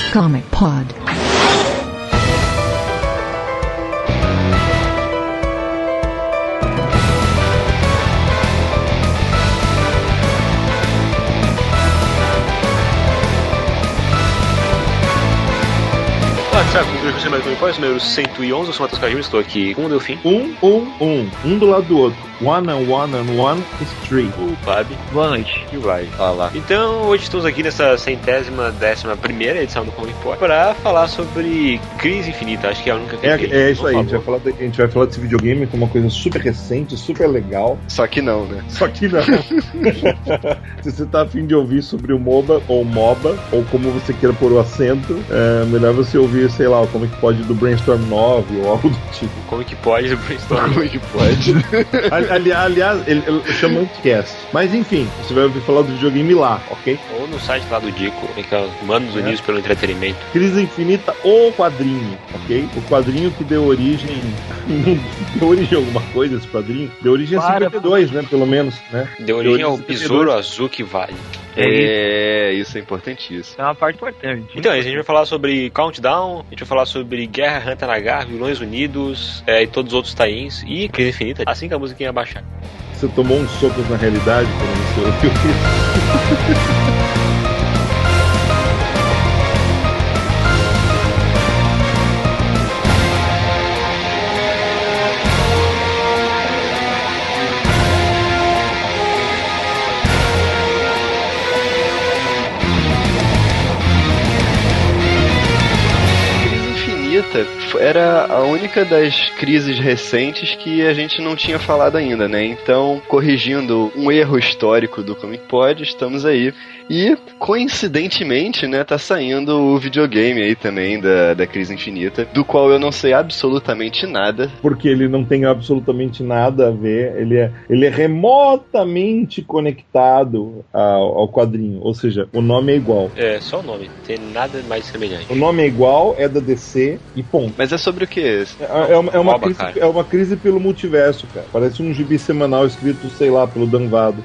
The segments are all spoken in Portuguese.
Comic Pod. Sabe, eu sou mais número 111, eu sou o Matheus Cajun, estou aqui com o Delfim. Um do lado do outro. One and one is three. O Fábio. Boa noite. E o Vai. Olá. Então, hoje estamos aqui nessa 111ª edição do Comic Pod para falar sobre Crise Infinita. Acho que é a única que é isso aí, a gente vai falar desse videogame como uma coisa super recente, super legal. Só que não, né? Só que não. Se você tá afim de ouvir sobre o MOBA, ou MOBA, ou como você queira pôr o acento, é melhor você ouvir, sei lá, o Comic Pod do Brainstorm 9 ou algo do tipo. Comic Pod do Brainstorm. Comic Pod. Aliás, ele chama Anticast. Mas enfim, você vai ouvir falar do videogame lá, ok? Ou no site lá do Dico, que é os Manos Unidos pelo Entretenimento. Crise Infinita ou quadrinho, ok? O quadrinho que deu origem... deu origem a alguma coisa, esse quadrinho? Deu origem a 52, né? Pelo menos, né? Deu origem ao Besouro Azul que vale. Isso é importantíssimo. É uma parte importante. Então, a gente vai falar sobre Countdown, a gente vai falar sobre Guerra Hunter Nagar, Vilões Unidos e todos os outros tie-ins e Crise Infinita, assim que a musiquinha baixar. Você tomou uns socos na realidade quando você ouviu isso? Era a única das crises recentes que a gente não tinha falado ainda, né? Então, corrigindo um erro histórico do Comic Pod, estamos aí. E, coincidentemente, né, tá saindo o videogame aí também da Crise Infinita, do qual eu não sei absolutamente nada. Porque ele não tem absolutamente nada a ver, ele é remotamente conectado ao quadrinho, ou seja, o nome é igual. É, só o nome, não tem nada mais semelhante. O nome é igual, é da DC e ponto. Mas é sobre o que? É uma crise pelo multiverso, cara. Parece um gibi semanal escrito, sei lá, pelo Dan Vado.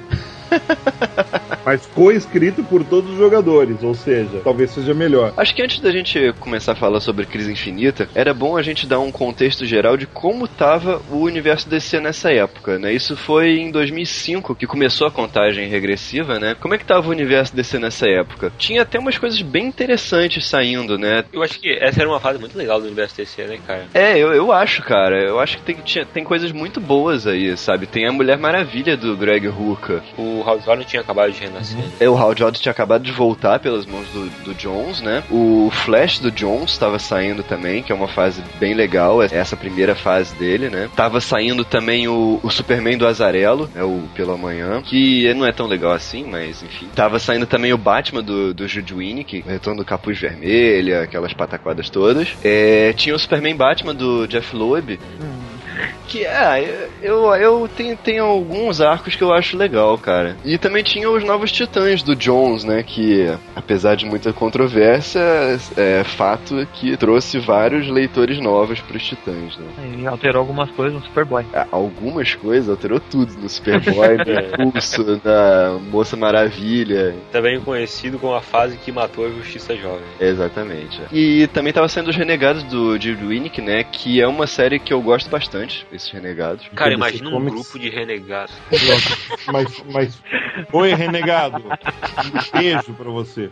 Mas co-escrito por todos os jogadores, ou seja, talvez seja melhor. Acho que antes da gente começar a falar sobre Crise Infinita, era bom a gente dar um contexto geral de como estava o universo DC nessa época, né? Isso foi em 2005 que começou a contagem regressiva, né? Como é que estava o universo DC nessa época? Tinha até umas coisas bem interessantes saindo, né? Eu acho que essa era uma fase muito legal do universo DC, né, cara? Eu acho, cara. Eu acho que tem coisas muito boas aí, sabe? Tem a Mulher Maravilha do Greg Rucka. O Hal Jordan tinha acabado de renascer. O Hal Jordan tinha acabado de voltar pelas mãos do Jones, né? O Flash do Jones estava saindo também, que é uma fase bem legal, essa primeira fase dele, né? Tava saindo também o Superman do Azzarello, né? O Pelo Amanhã, que não é tão legal assim, mas enfim. Tava saindo também o Batman do Jude Winnick, o Retorno do Capuz Vermelha, aquelas pataquadas todas. Tinha o Superman Batman do Jeff Loeb, que eu tenho alguns arcos que eu acho legal, cara. E também tinha os Novos Titãs do Jones, né? Que, apesar de muita controvérsia, é fato que trouxe vários leitores novos pros Titãs, né? E alterou algumas coisas no Superboy. Algumas coisas, alterou tudo no Superboy, no Pulso, na Moça Maravilha. Também conhecido como a fase que matou a Justiça Jovem. Exatamente. E também tava sendo Os Renegados do Jude Winnick, né? Que é uma série que eu gosto bastante. Esses renegados. Cara, imagina um grupo de renegados. Mas oi, renegado. Um beijo pra você.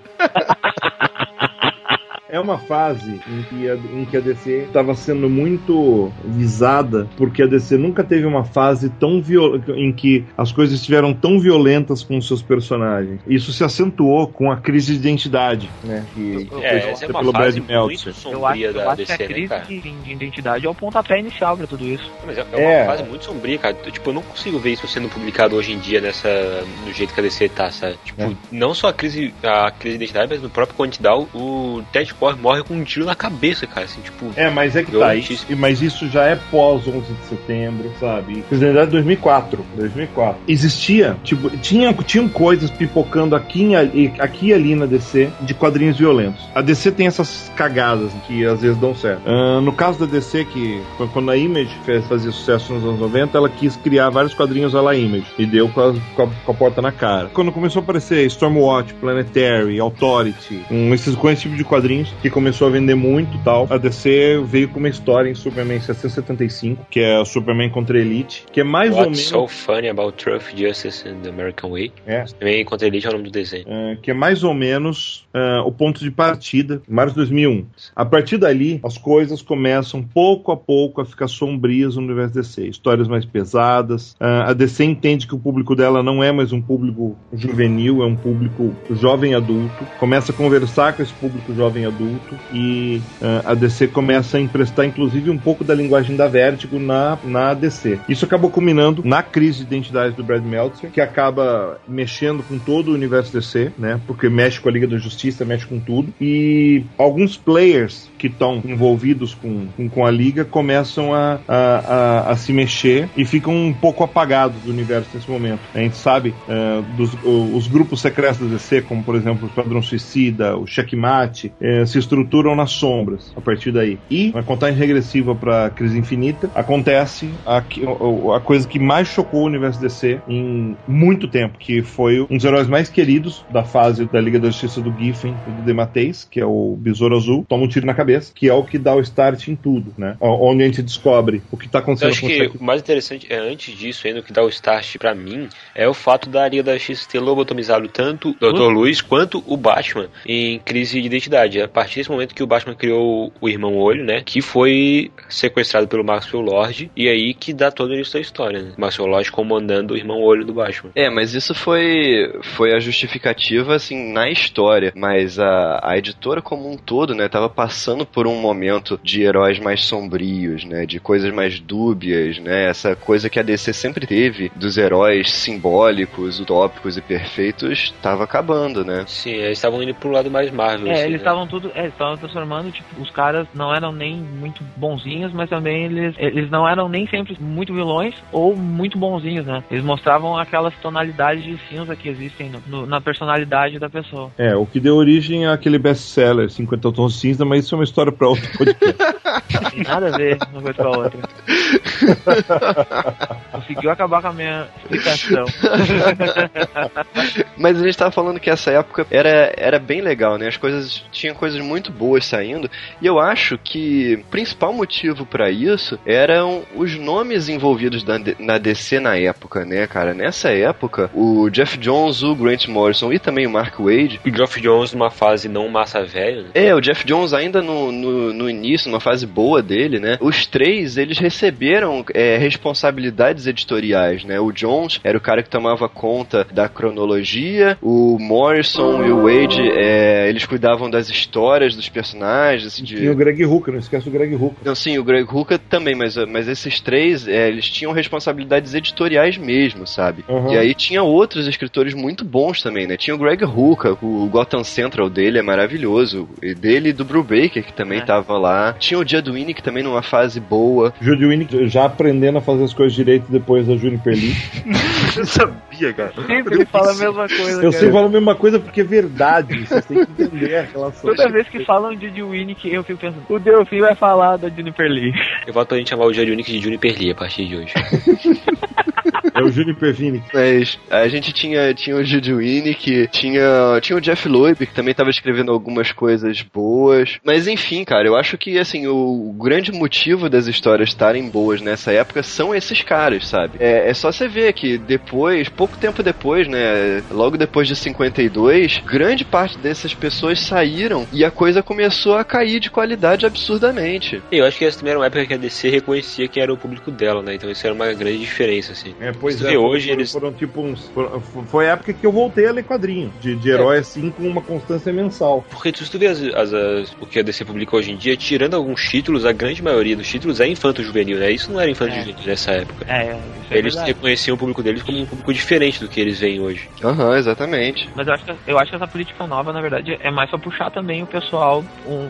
É uma fase em que a DC estava sendo muito visada, porque a DC nunca teve uma fase tão em que as coisas estiveram tão violentas com os seus personagens. Isso se acentuou com a crise de identidade, né? Que essa é uma fase muito sombria da DC, que a crise, né, de identidade é o pontapé inicial pra tudo isso. Mas é uma fase muito sombria, cara. Tipo, eu não consigo ver isso sendo publicado hoje em dia do jeito que a DC tá, sabe? Tipo, não só a crise de identidade, mas no próprio Countdown, o Ted morre com um tiro na cabeça, cara, assim, tipo... mas é que tá, mas isso já é pós 11 de setembro, sabe? Na verdade, 2004. Existia, tipo, tinham coisas pipocando aqui e ali na DC de quadrinhos violentos. A DC tem essas cagadas que às vezes dão certo. No caso da DC, que quando a Image fazia sucesso nos anos 90, ela quis criar vários quadrinhos à la Image e deu com a porta na cara. Quando começou a aparecer Stormwatch, Planetary, Authority, com esse tipo de quadrinhos, que começou a vender muito e tal. A DC veio com uma história em Superman 775, que é o Superman contra Elite, que é mais ou menos... So funny about truth, justice and the American way. Superman contra Elite é o nome do desenho. Que é mais ou menos o ponto de partida, em março de 2001. A partir dali, as coisas começam pouco a pouco a ficar sombrias no universo DC. Histórias mais pesadas. A DC entende que o público dela não é mais um público juvenil, é um público jovem adulto. Começa a conversar com esse público jovem adulto e a DC começa a emprestar, inclusive, um pouco da linguagem da Vertigo na DC. Isso acabou culminando na crise de identidade do Brad Meltzer, que acaba mexendo com todo o universo DC, né? Porque mexe com a Liga da Justiça, mexe com tudo. E alguns players que estão envolvidos com a Liga começam a se mexer e ficam um pouco apagados do universo nesse momento. A gente sabe os grupos secretos da DC, como por exemplo o Esquadrão Suicida, o Checkmate, se estruturam nas sombras a partir daí. E, na contagem regressiva para Crise Infinita, acontece a coisa que mais chocou o universo DC em muito tempo, que foi um dos heróis mais queridos da fase da Liga da Justiça do Giffen e do DeMatteis, que é o Besouro Azul, toma um tiro na cabeça, que é o que dá o start em tudo, né? Onde a gente descobre o que tá acontecendo. Eu acho que o mais interessante é, antes disso, ainda o que dá o start pra mim, é o fato da Liga da Justiça ter lobotomizado tanto o Dr. Luiz quanto o Batman em crise de identidade. A partir desse momento que o Batman criou o Irmão Olho, né? Que foi sequestrado pelo Maxwell Lord, e aí que dá todo o início da história, né? Maxwell Lord comandando o Irmão Olho do Batman. Mas isso foi a justificativa, assim, na história. Mas a editora como um todo, né, tava passando por um momento de heróis mais sombrios, né, de coisas mais dúbias, né, essa coisa que a DC sempre teve dos heróis simbólicos, utópicos e perfeitos, tava acabando, né? Sim, eles estavam indo pro lado mais Marvel. Assim, eles estavam estavam transformando, tipo, os caras não eram nem muito bonzinhos, mas também eles não eram nem sempre muito vilões ou muito bonzinhos, né? Eles mostravam aquelas tonalidades de cinza que existem na personalidade da pessoa. O que deu origem àquele best-seller 50 Tons de Cinza, mas isso é uma história pra outro podcast. Não tem nada a ver uma coisa com a outra. Conseguiu acabar com a minha explicação. Mas a gente tava falando que essa época era bem legal, né? Tinha coisas muito boas saindo, e eu acho que o principal motivo pra isso eram os nomes envolvidos na DC na época, né, cara? Nessa época, o Jeff Jones, o Grant Morrison e também o Mark Waid. O Geoff Johns numa fase não massa velha, né? O Jeff Jones ainda no início, numa fase boa dele, né? Os três, eles receberam responsabilidades editoriais, né? O Jones era o cara que tomava conta da cronologia, o Morrison e o Waid, eles cuidavam das histórias dos personagens. E o Greg Hooker, não esquece o Greg Hooker. Não, sim, o Greg Hooker também, mas esses três, eles tinham responsabilidades editoriais mesmo, sabe? Uhum. E aí tinha outros escritores muito bons também, né? Tinha o Greg Hooker, o Gotham Central dele é maravilhoso, e dele e do Brubaker, que também tava lá. Tinha o Judd Winnick também numa fase boa. Judd Winnick já aprendendo a fazer as coisas direito depois da Juniper Lee. Eu sabia, cara. Sempre ele fala a mesma coisa. Eu sempre falo a mesma coisa porque é verdade. Vocês têm que entender a relação. Toda vez que falam de Judd Winnick, eu fico pensando, o Delfim vai falar da Juniper Lee. Eu volto a gente chamar o Judd Winnick de Juniper Lee a partir de hoje. É o Juniper Winnick. Mas a gente tinha o Judd Winnick, tinha o Jeff Loeb, que também tava escrevendo algumas coisas boas. Mas enfim, cara, eu acho que, assim, o grande motivo das histórias estarem boas nessa época são esses caras, sabe? É só você ver que depois, pouco tempo depois, né, logo depois de 52, grande parte dessas pessoas saíram e a coisa começou a cair de qualidade absurdamente. Eu acho que essa também era uma época que a DC reconhecia que era o público dela, né? Então isso era uma grande diferença, assim. Foram tipo foi a época que eu voltei a ler quadrinho de herói, assim, com uma constância mensal. Porque se tu vê o que a DC publica hoje em dia, tirando alguns títulos, a grande maioria dos títulos é infanto-juvenil, né? Isso não era infanto-juvenil nessa época. Eles reconheciam o público deles como um público diferente do que eles veem hoje. Exatamente. Mas eu acho que essa política nova, na verdade, é mais pra puxar também o pessoal,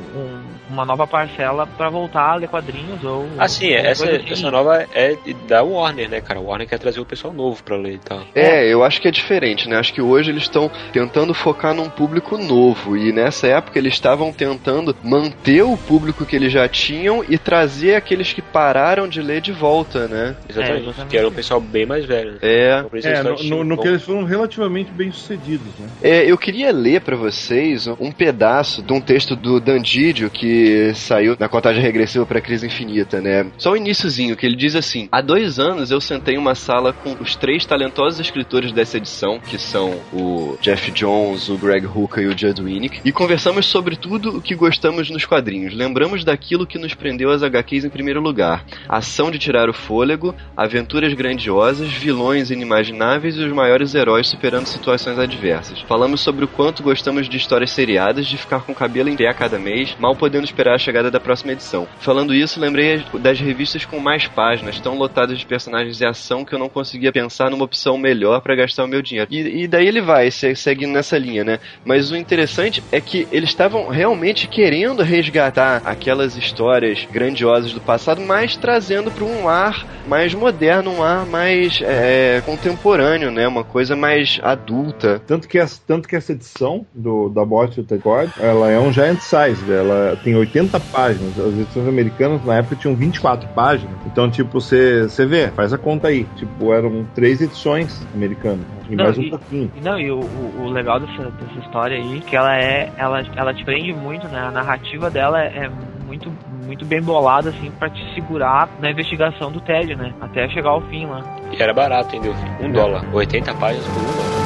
uma nova parcela pra voltar a ler quadrinhos ou... Essa nova é da Warner, né, cara? A Warner quer trazer o pessoal novo pra ler e tal. Eu acho que é diferente, né? Acho que hoje eles estão tentando focar num público novo, e nessa época eles estavam tentando manter o público que eles já tinham e trazer aqueles que pararam de ler de volta, né? Exatamente. Que era um pessoal bem mais velho. No que eles foram relativamente bem sucedidos, né? Eu queria ler pra vocês um pedaço de um texto do Dan Didio que saiu na contagem regressiva pra Crise Infinita, né? Só o iniciozinho, que ele diz assim: há 2 anos eu sentei em uma sala com os 3 talentosos escritores dessa edição, que são o Jeff Jones, o Greg Rucka e o Judd Winick, e conversamos sobre tudo o que gostamos nos quadrinhos. Lembramos daquilo que nos prendeu às HQs em primeiro lugar: ação de tirar o fôlego, aventuras grandiosas, vilões inimagináveis e os maiores heróis superando situações adversas. Falamos sobre o quanto gostamos de histórias seriadas, de ficar com o cabelo em pé a cada mês, mal podendo esperar a chegada da próxima edição. Falando isso, lembrei das revistas com mais páginas, tão lotadas de personagens e ação que eu não conseguia pensar numa opção melhor pra gastar o meu dinheiro. E daí ele vai, seguindo nessa linha, né? Mas o interessante é que eles estavam realmente querendo resgatar aquelas histórias grandiosas do passado, mas trazendo para um ar mais moderno, um ar mais contemporâneo, né? Uma coisa mais adulta. Tanto que essa edição da Bot do Ted Kord, ela é um giant size, ela tem 80 páginas. As edições americanas na época tinham 24 páginas. Então, tipo, você vê, faz a conta aí. Tipo, eram 3 edições americanas. E mais um pouquinho. E o legal dessa história aí, que ela te prende muito, né? A narrativa dela é muito, muito bem bolada, assim, pra te segurar na investigação do Ted, né? Até chegar ao fim lá. E era barato, entendeu? $1. 80 páginas por $1.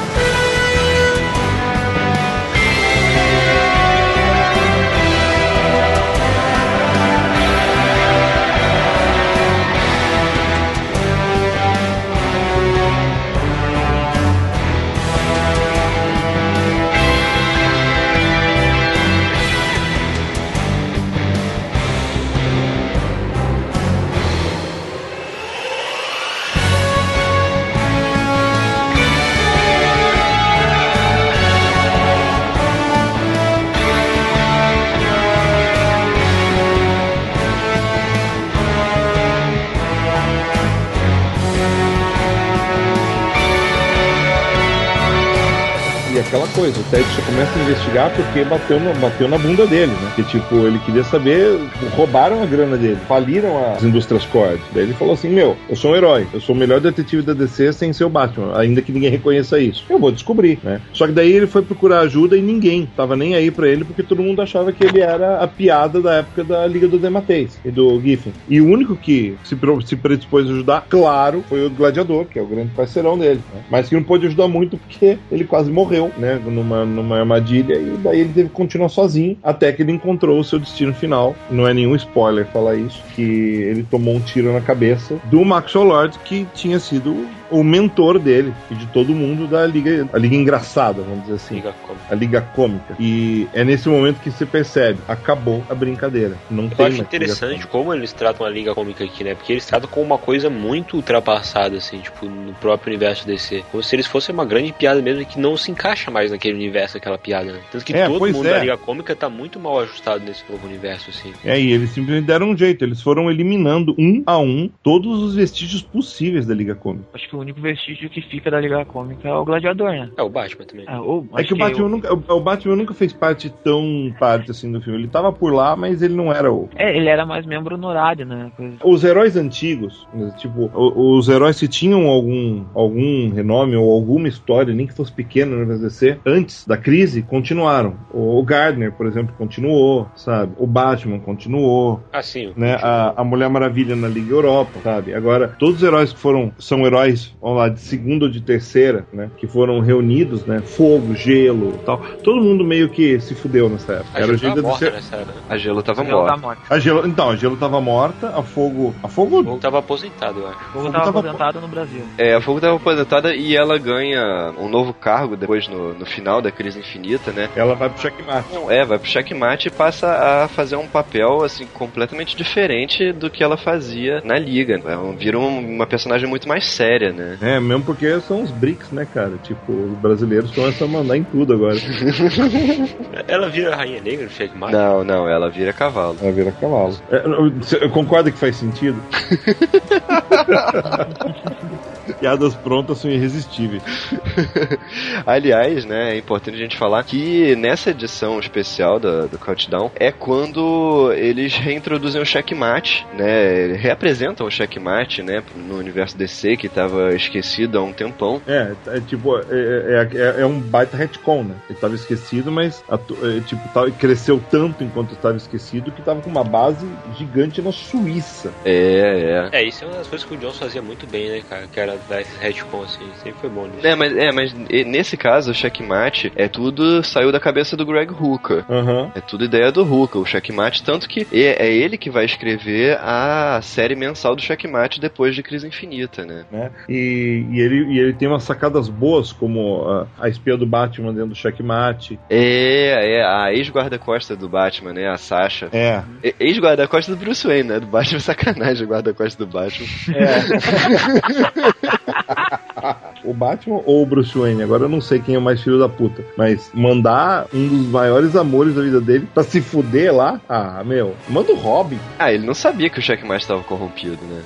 Aquela coisa, o Ted só começa a investigar porque bateu na bunda dele, né? Que tipo, ele queria saber, roubaram a grana dele, faliram as indústrias Kord. Daí ele falou assim: eu sou um herói, eu sou o melhor detetive da DC sem ser o Batman, ainda que ninguém reconheça isso. Eu vou descobrir, né? Só que daí ele foi procurar ajuda e ninguém tava nem aí pra ele, porque todo mundo achava que ele era a piada da época da Liga do Demateis e do Giffen. E o único que se predispôs a ajudar, claro, foi o Gladiador, que é o grande parceirão dele, né? Mas que não pôde ajudar muito porque ele quase morreu, né, numa armadilha, e daí ele teve que continuar sozinho até que ele encontrou o seu destino final. Não é nenhum spoiler falar isso, que ele tomou um tiro na cabeça do Maxwell Lord, que tinha sido o mentor dele e de todo mundo da Liga, a Liga Engraçada, vamos dizer assim, a Liga Cômica. E é nesse momento que você percebe, acabou a brincadeira. Não tem. Eu acho interessante como eles tratam a Liga Cômica aqui, né? Porque eles tratam como uma coisa muito ultrapassada, assim, tipo, no próprio universo DC. Como se eles fossem uma grande piada mesmo, que não se encaixa mais naquele universo, aquela piada, né? Tanto que todo mundo da Liga Cômica tá muito mal ajustado nesse novo universo, assim. E eles simplesmente deram um jeito, eles foram eliminando um a um todos os vestígios possíveis da Liga Cômica. Acho que o único vestígio que fica da Liga Cômica é o Gladiador, né? É o Batman também. Que o Batman nunca fez parte assim do filme. Ele tava por lá, mas ele não era o... ele era mais membro honorário, né? Os heróis antigos, tipo, os heróis que tinham algum renome ou alguma história, nem que fosse pequena no DC, antes da crise, continuaram. O Gardner, por exemplo, continuou, sabe? O Batman continuou. Sim. Né? A Mulher Maravilha na Liga Europa, sabe? Agora, todos os heróis que são heróis, vamos lá, de segunda ou de terceira, né? Que foram reunidos, né? Fogo, Gelo, tal. Todo mundo meio que se fudeu nessa época. A Gelo tava morta nessa época. A Gelo tava morta. A Gelo tava morta, a Fogo tava aposentado, eu acho. A Fogo tava aposentada no Brasil. A Fogo tava aposentada e ela ganha um novo cargo depois no final da Crise Infinita, né? Ela vai pro checkmate. Vai pro checkmate e passa a fazer um papel, assim, completamente diferente do que ela fazia na Liga. Ela vira uma personagem muito mais séria, né? Mesmo porque são os BRICS, né, cara? Tipo, os brasileiros começam a mandar em tudo agora. Ela vira a Rainha Negra no checkmate? Não, ela vira cavalo. Ela vira cavalo. Concorda que faz sentido? Piadas prontas são irresistíveis. Aliás, né, é importante a gente falar que nessa edição especial do Countdown é quando eles reintroduzem o checkmate, né, reapresentam o checkmate, né, no universo DC que estava esquecido há um tempão. É um baita retcon, né? Ele estava esquecido, mas cresceu tanto enquanto estava esquecido que estava com uma base gigante na Suíça. Isso é uma das coisas que o Jones fazia muito bem, né, cara? Que era dar esse retcon assim, sempre foi bom nisso. Mas nesse caso, o checkmate saiu da cabeça do Greg Hooker. Uhum. É tudo ideia do Hooker, o checkmate, tanto que é ele que vai escrever a série mensal do checkmate depois de Crise Infinita, né? E ele tem umas sacadas boas, como a espia do Batman dentro do checkmate. A ex-guarda-costa do Batman, né? A Sasha. Ex-guarda-costa do Bruce Wayne, né? Do Batman, sacanagem, guarda-costa do Batman. O Batman ou o Bruce Wayne, agora eu não sei quem é o mais filho da puta, mas mandar um dos maiores amores da vida dele pra se fuder lá, manda o Robin. Ele não sabia que o checkmate estava corrompido, né?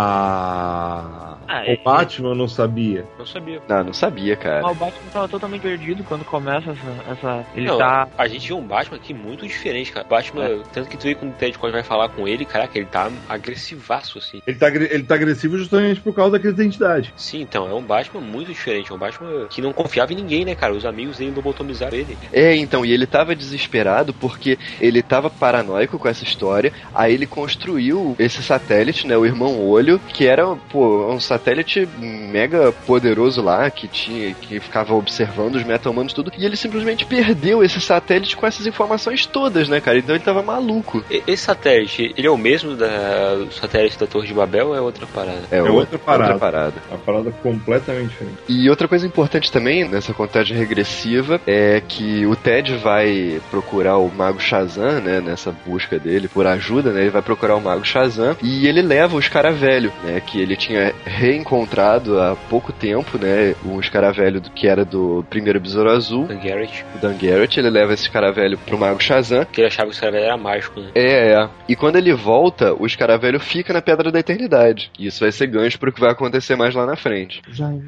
O Batman não sabia. Não sabia. Não sabia, cara. O Batman tava totalmente perdido quando começa essa... A gente viu um Batman aqui muito diferente, cara. Batman, tanto que tu vê quando o Ted Kord vai falar com ele, caraca, ele tá agressivaço, assim. Ele tá agressivo justamente por causa da crise de identidade. Sim, então, é um Batman muito diferente. É um Batman que não confiava em ninguém, né, cara? Os amigos dele lobotomizaram ele. Então, e ele tava desesperado porque ele tava paranoico com essa história. Aí ele construiu esse satélite, né, o Irmão Olho, que era, um satélite mega poderoso lá, que ficava observando os meta-humanos e tudo, e ele simplesmente perdeu esse satélite com essas informações todas, né, cara? Então ele tava maluco. Esse satélite, ele é o mesmo do satélite da Torre de Babel ou é outra parada? É outra parada. Uma parada completamente diferente. E outra coisa importante também nessa contagem regressiva é que o Ted vai procurar o Mago Shazam, né, nessa busca dele por ajuda, né? Ele vai procurar o Mago Shazam e ele leva o Escaravelho, né, que ele tinha reencontrado há pouco tempo, né, o Escaravelho que era do primeiro Besouro Azul, o Dan Garrett, ele leva esse Escaravelho pro Mago Shazam. Que ele achava que o Escaravelho era mágico, né? E quando ele volta, o Escaravelho fica na Pedra da Eternidade. E isso vai ser gancho pro que vai acontecer mais lá na frente.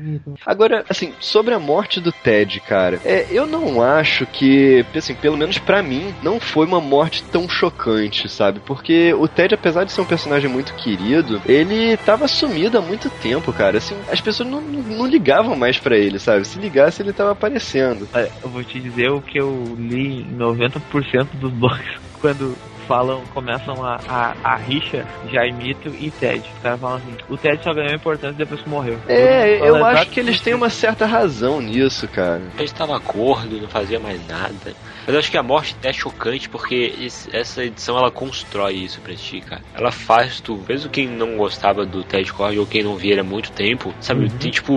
Agora, assim, sobre a morte do Ted, cara, eu não acho que, assim, pelo menos pra mim, não foi uma morte tão chocante, sabe? Porque o Ted, apesar de ser um personagem muito querido, ele tava sumido há muito tempo, cara. Assim, as pessoas não ligavam mais pra ele, sabe? Se ligasse, ele tava aparecendo. Eu vou te dizer o que eu li em 90% dos blogs quando começam a rixa Jaimito e Ted. Os caras falam assim, o Ted só ganhou importância depois que morreu. Eu acho que eles têm uma certa razão nisso, cara. Ele estava gordo, não fazia mais nada. Mas eu acho que a morte é chocante porque essa edição ela constrói isso pra ti, cara. Ela faz tu, mesmo quem não gostava do Ted Kord ou quem não via ele há muito tempo, sabe? Tem tipo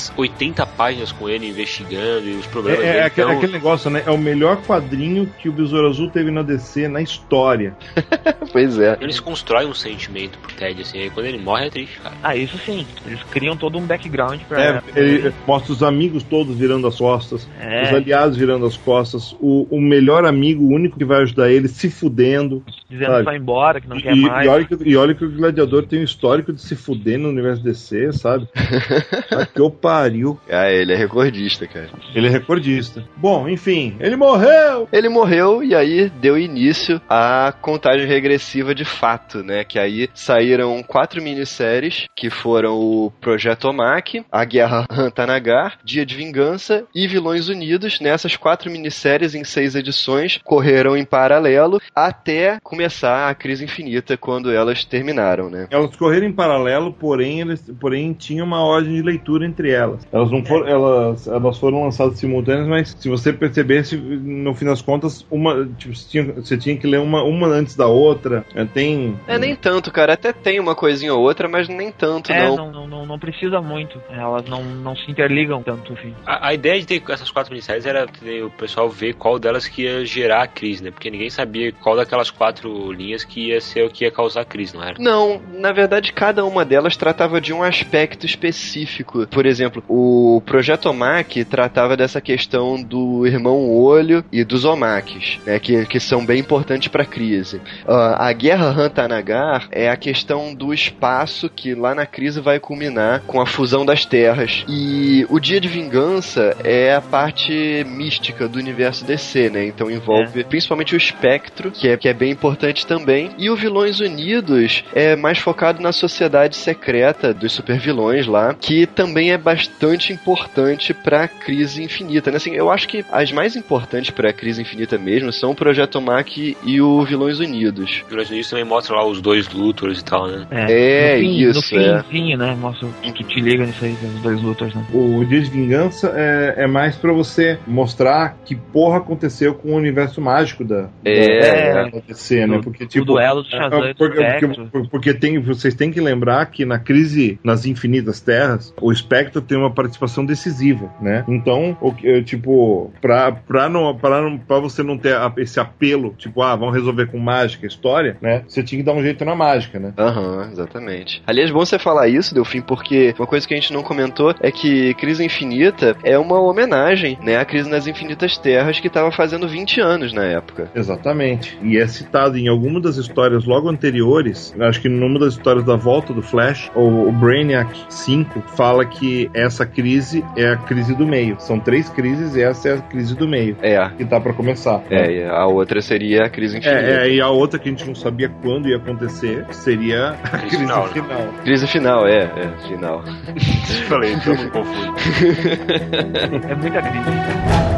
80 páginas com ele investigando e os problemas dele. Aquele negócio, né? É o melhor quadrinho que o Besouro Azul teve na DC na história. Pois é. Eles constroem um sentimento pro Ted, assim, aí quando ele morre é triste, cara. Isso sim. Eles criam todo um background pra... Ele mostra os amigos todos virando as costas, os aliados virando as costas, o melhor amigo, o único que vai ajudar ele, se fudendo. Dizendo que vai embora, que não quer mais. E olha que o Gladiador tem um histórico de se fuder no universo DC, sabe? Que eu pariu. Ele é recordista, cara. Ele é recordista. Bom, enfim, ele morreu! Ele morreu e aí deu início à contagem regressiva de fato, né? Que aí saíram 4 minisséries, que foram o Projeto Omake, A Guerra Hantanagar, Dia de Vingança e Vilões Unidos. Nessas 4 minisséries em 6 edições correram em paralelo até começar a Crise Infinita, quando elas terminaram, né? Elas correram em paralelo, porém tinha uma ordem de leitura entre elas. Elas não foram, elas foram lançadas simultâneas, mas se você percebesse, no fim das contas, você tinha que ler uma antes da outra. Nem tanto, cara. Até tem uma coisinha ou outra, mas nem tanto, não precisa muito. Elas não se interligam tanto, enfim. A ideia de ter essas 4 minisséries era o pessoal ver qual delas que ia gerar a crise, né? Porque ninguém sabia qual daquelas 4 linhas que ia ser o que ia causar a crise, não era? Não, na verdade, cada uma delas tratava de um aspecto específico. Por exemplo, o Projeto Omake tratava dessa questão do Irmão Olho e dos Omakes, né? Que são bem importantes pra crise crise. A Guerra Han-Tanagar é a questão do espaço que lá na crise vai culminar com a fusão das terras. E o Dia de Vingança é a parte mística do universo DC, né? Então envolve principalmente o Espectro, que é bem importante também. E o Vilões Unidos é mais focado na sociedade secreta dos supervilões lá, que também é bastante importante pra Crise Infinita, né? Assim, eu acho que as mais importantes pra Crise Infinita mesmo são o Projeto Mac e o Vilões Unidos. Os Vilões Unidos também mostram lá os dois Luthors e tal, né? No finzinho, né? Mostra que te liga nisso aí, os dois Luthors, né? O Dia de Vingança é mais pra você mostrar que porra aconteceu com o universo mágico da DC, né? Porque, tipo, o duelo do Shazam e do Spectro. Porque vocês têm que lembrar que na crise nas Infinitas Terras, o Spectro tem uma participação decisiva, né? Então, tipo, pra você não ter esse apelo, tipo, vamos resolver com mágica a história, né? Você tinha que dar um jeito na mágica, né? Exatamente. Aliás, bom você falar isso, Delfim, porque uma coisa que a gente não comentou é que Crise Infinita é uma homenagem, né, à Crise nas Infinitas Terras, que estava fazendo 20 anos na época. Exatamente. E é citado em alguma das histórias logo anteriores, acho que numa das histórias da volta do Flash, o Brainiac 5 fala que essa crise é a crise do meio. São 3 crises e essa é a crise do meio. Que tá pra começar. E a outra seria a Crise Infinita. E a outra que a gente não sabia quando ia acontecer seria a crise final. Crise final, final. Falei, então não confundo. É muita crise.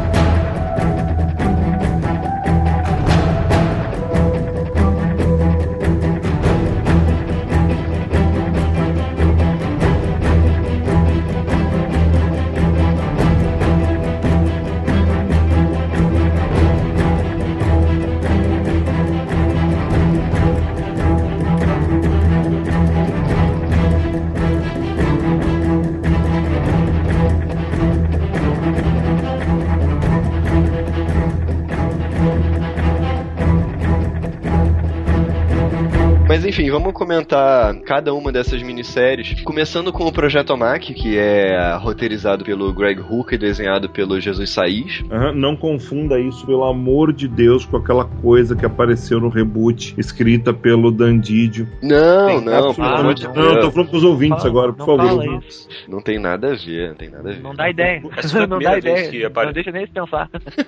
Mas enfim, vamos comentar cada uma dessas minisséries, começando com o Projeto Mac, que é roteirizado pelo Greg Hooker e desenhado pelo Jesus Saiz. Não confunda isso, pelo amor de Deus, com aquela coisa que apareceu no reboot, escrita pelo Dan Didio. Não, eu tô falando pros ouvintes agora, por favor. Não tem nada a ver, Não dá ideia. Não dá ideia. Não deixa nem se pensar.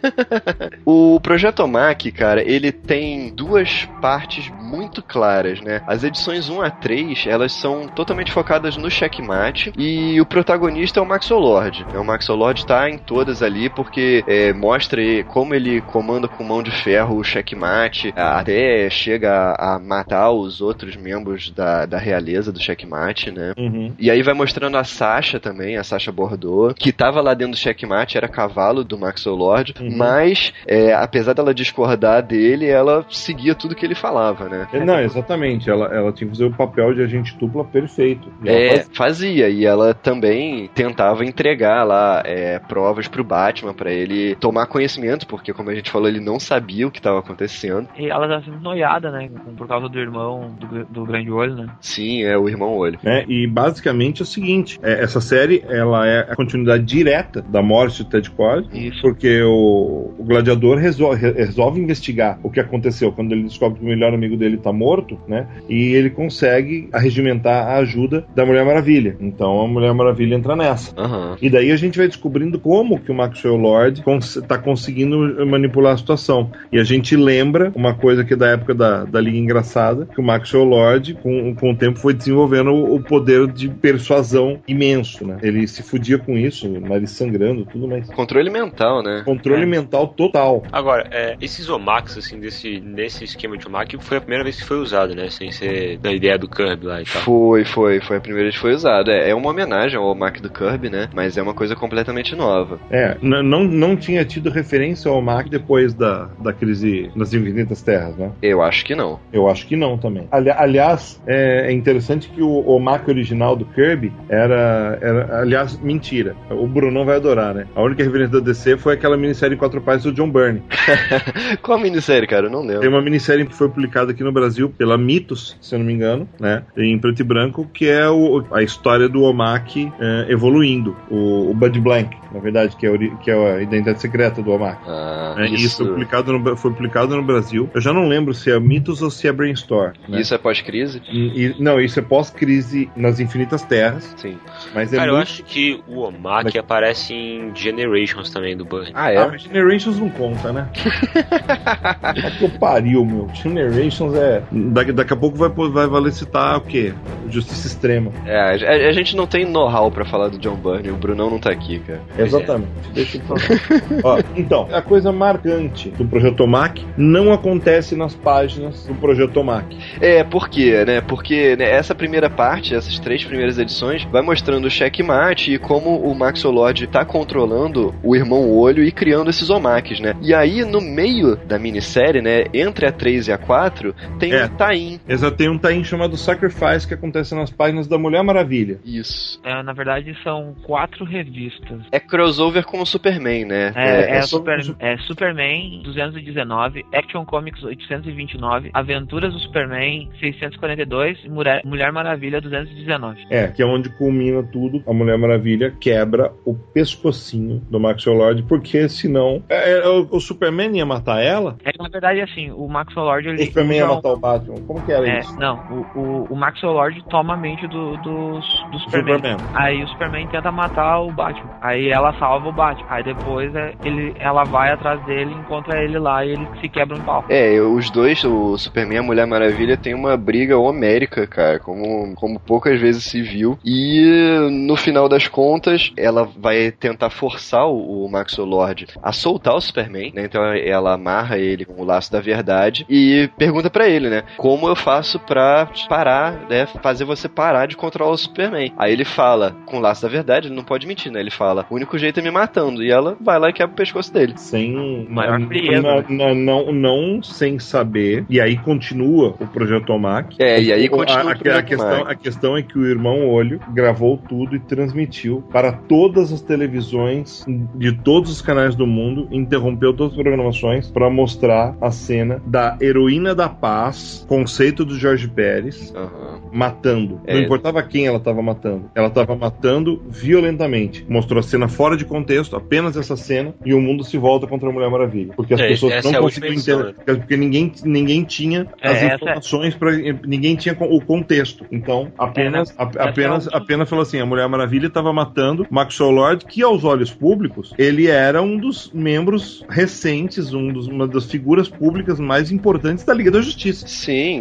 O Projeto Mac, cara, ele tem 2 partes muito claras, né? As edições 1 a 3, elas são totalmente focadas no checkmate e o protagonista é o Maxolord. O Maxolord tá em todas ali porque mostra como ele comanda com mão de ferro o checkmate, até chega a matar os outros membros da realeza do checkmate, né? E aí vai mostrando a Sasha também, a Sasha Bordeaux, que tava lá dentro do checkmate, era cavalo do Maxolord, mas apesar dela discordar dele, ela seguia tudo que ele falava, né? Não, exatamente. Ela tinha que fazer o papel de agente dupla perfeito. Fazia. E ela também tentava entregar lá provas pro Batman pra ele tomar conhecimento, porque, como a gente falou, ele não sabia o que estava acontecendo. E ela tá sempre noiada, né? Por causa do irmão do Grande Olho, né? Sim, é o Irmão Olho. E basicamente é o seguinte, essa série, ela é a continuidade direta da morte do Ted Kord, porque o Gladiador resolve investigar o que aconteceu quando ele descobre que o melhor amigo dele tá morto, né? E ele consegue arregimentar a ajuda da Mulher Maravilha. Então a Mulher Maravilha entra nessa. E daí a gente vai descobrindo como que o Maxwell Lord tá conseguindo manipular a situação. E a gente lembra uma coisa que é da época da Liga Engraçada, que o Maxwell Lord, com o tempo, foi desenvolvendo o poder de persuasão imenso, né? Ele se fudia com isso, nariz sangrando, tudo mais. Controle mental, né? Controle mental total. Agora, esses Omax, assim, nesse esquema de Omax, foi a primeira vez que foi usado, né? Sem ser da ideia do Kirby lá e tal. Foi a primeira vez que foi usado. É uma homenagem ao Omac do Kirby, né? Mas é uma coisa completamente nova. Não tinha tido referência ao Omac depois da crise nas Infinitas Terras, né? Eu acho que não. Eu acho que não também. Aliás, é interessante que o Omac original do Kirby era aliás, mentira. O Brunão vai adorar, né? A única referência da DC foi aquela minissérie em 4 páginas do John Byrne. Qual minissérie, cara? Eu não lembro. Tem uma minissérie que foi publicada aqui no Brasil pela Mitos, se eu não me engano, né? Em preto e branco, que é a história do Omak evoluindo. O Bud Blank, na verdade, que é a identidade secreta do Omak. Isso foi publicado no Brasil. Eu já não lembro se é Mitos ou se é Brainstorm. Né? Isso é pós-crise? Não, isso é pós-crise nas Infinitas Terras. Sim. Mas Cara, eu acho que o Omak aparece em Generations também do Bud. Mas Generations não conta, né? Que eu pariu, meu. Generations daqui a pouco vai valer citar o quê? Justiça Extrema. A gente não tem know-how pra falar do John Byrne. O Brunão não tá aqui, cara. Exatamente. Deixa eu falar. Então, a coisa marcante do Projeto Omak não acontece nas páginas do Projeto Omak. Por quê, né? Porque essa primeira parte, essas 3 primeiras edições, vai mostrando o checkmate e como o Maxolord tá controlando o Irmão Olho e criando esses Omaks, né? E aí, no meio da minissérie, né, entre a 3 e a 4, tem um tie-in. Exato, tem um tie-in chamado Sacrifice que acontece nas páginas da Mulher Maravilha. Isso. Na verdade, são 4 revistas. É crossover com o Superman, né? Superman 219, Action Comics 829, Aventuras do Superman 642 e Mulher Maravilha 219. Que é onde culmina tudo. A Mulher Maravilha quebra o pescocinho do Maxolord, porque senão o Superman ia matar ela? Na verdade, assim, o Maxolord... O Superman ia matar o Batman. Como que era isso? Não, o Maxolord toma a mente do Superman. Aí o Superman tenta matar o Batman. Aí ela salva o Batman. Aí depois ela vai atrás dele, encontra ele lá e ele se quebra um pau. Os dois, o Superman e a Mulher Maravilha, tem uma briga homérica, cara, como poucas vezes se viu. E no final das contas, ela vai tentar forçar o Maxolord a soltar o Superman, né? Então ela amarra ele com o laço da verdade e pergunta pra ele, né? Como eu faço pra parar, né? Fazer você parar de controlar o Superman. Aí ele fala, com o laço da verdade, ele não pode mentir, né? Ele fala, o único jeito é me matando. E ela vai lá e quebra o pescoço dele. Sem... maior frieza. Não sem saber. E aí continua o Projeto Omak. E aí continua a questão é que o Irmão Olho gravou tudo e transmitiu para todas as televisões de todos os canais do mundo, interrompeu todas as programações para mostrar a cena da heroína da paz, conceito do Jorge Pérez, matando. Não importava quem ela estava matando. Ela estava matando violentamente. Mostrou a cena fora de contexto, apenas essa cena, e o mundo se volta contra a Mulher Maravilha. Porque as pessoas não conseguiam entender. Porque ninguém tinha as informações, ninguém tinha o contexto. Então, apenas falou assim, a Mulher Maravilha estava matando Maxolord, que aos olhos públicos, ele era um dos membros recentes, uma das figuras públicas mais importantes da Liga da Justiça. Sim,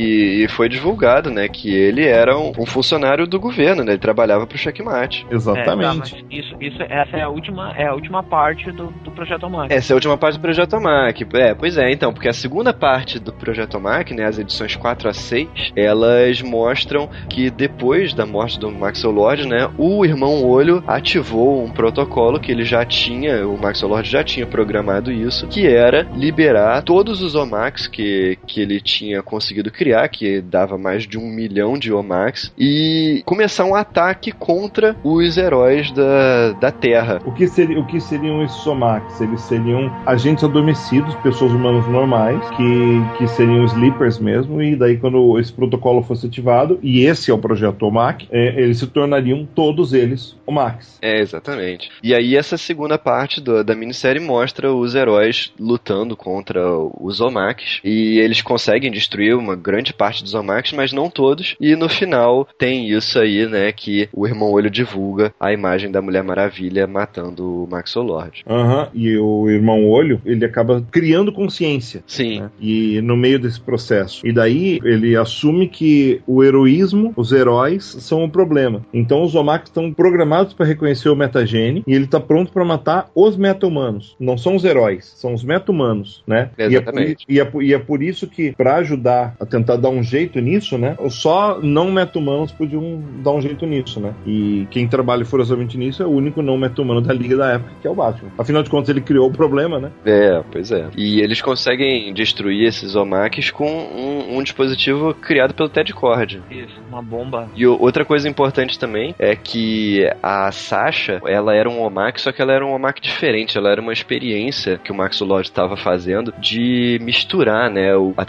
e foi divulgado, né, que ele era um funcionário do governo, né, ele trabalhava pro Checkmate. Exatamente. Essa é a última parte do Projeto Omak. Essa é a última parte do Projeto Omak. Pois é, então, porque a segunda parte do Projeto Omak, né, as edições 4 a 6, elas mostram que depois da morte do Maxolord, né, o Irmão Olho ativou um protocolo que ele já tinha, o Maxolord já tinha programado isso, que era liberar todos os Omaks que ele tinha conseguido criar, que dava mais de 1 milhão de Omaks, e começar um ataque contra os heróis da Terra. O que seriam esses Omaks? Eles seriam agentes adormecidos, pessoas humanas normais, que seriam sleepers mesmo, e daí quando esse protocolo fosse ativado, e esse é o Projeto Omak, eles se tornariam todos eles Omaks. Exatamente. E aí essa segunda parte da minissérie mostra os heróis lutando contra os Omaks, e eles conseguem destruir uma grande parte dos Omaks, mas não todos, e no final tem isso aí, né, que o Irmão Olho divulga a imagem da Mulher Maravilha matando o Maxolord. E o Irmão Olho, ele acaba criando consciência. Sim. Né? E no meio desse processo. E daí ele assume que o heroísmo, os heróis, são o problema. Então os Omaks estão programados para reconhecer o metagene e ele está pronto para matar os meta-humanos. Não são os heróis, são os meta-humanos, né? Exatamente. E é por isso que, para ajudar a tentar dar um jeito nisso, né? Só não meta-humanos podiam dar um jeito nisso, né? E quem trabalha furiosamente nisso é o único não meta-humano da Liga da época, que é o Batman. Afinal de contas, ele criou o problema, né? Pois é. E eles conseguem destruir esses Omaks com um dispositivo criado pelo Ted Cord. Isso, uma bomba. E outra coisa importante também é que a Sasha, ela era um Omak, só que ela era um Omak diferente. Ela era uma experiência que o Maxolord estava fazendo de misturar, né, a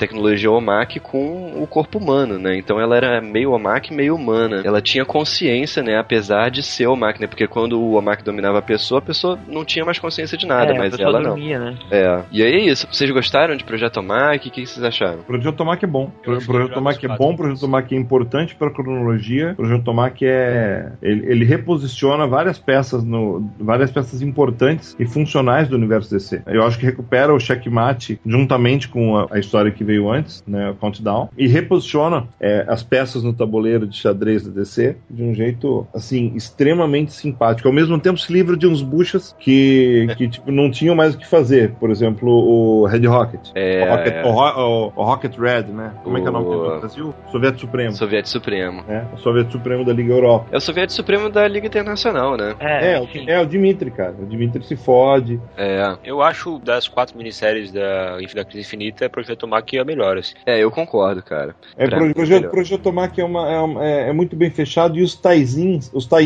tecnologia Omaki com o corpo humano, né? Então ela era meio Omaki, meio humana. Ela tinha consciência, né? Apesar de ser Omaki, né? Porque quando o Omaki dominava a pessoa não tinha mais consciência de nada, mas ela dormia, não. Né? E aí é isso. Vocês gostaram de Projeto Omaki? O que vocês acharam? Projeto Omaki é bom. Projeto Omaki é bom, Projeto Omaki é importante para a cronologia. Projeto Omaki ele reposiciona várias peças importantes e funcionais do universo DC. Eu acho que recupera o Checkmate juntamente com a história que veio antes, né, o Countdown, e reposiciona as peças no tabuleiro de xadrez da DC de um jeito, assim, extremamente simpático. Ao mesmo tempo se livra de uns buchas que tipo, não tinham mais o que fazer. Por exemplo, o Red Rocket. O Rocket Red, né? Como é que é o nome dele no Brasil? Soviético Supremo. Soviético Supremo. O Soviético Supremo da Liga Europa. É o Soviético Supremo da Liga Internacional, né? O Dimitri, cara. O Dimitri se fode. Eu acho das 4 minisséries da Crise Infinita, Projeto Omaki é a melhor, assim. Eu concordo, cara. Projeto Omaki é muito bem fechado, e os tie-ins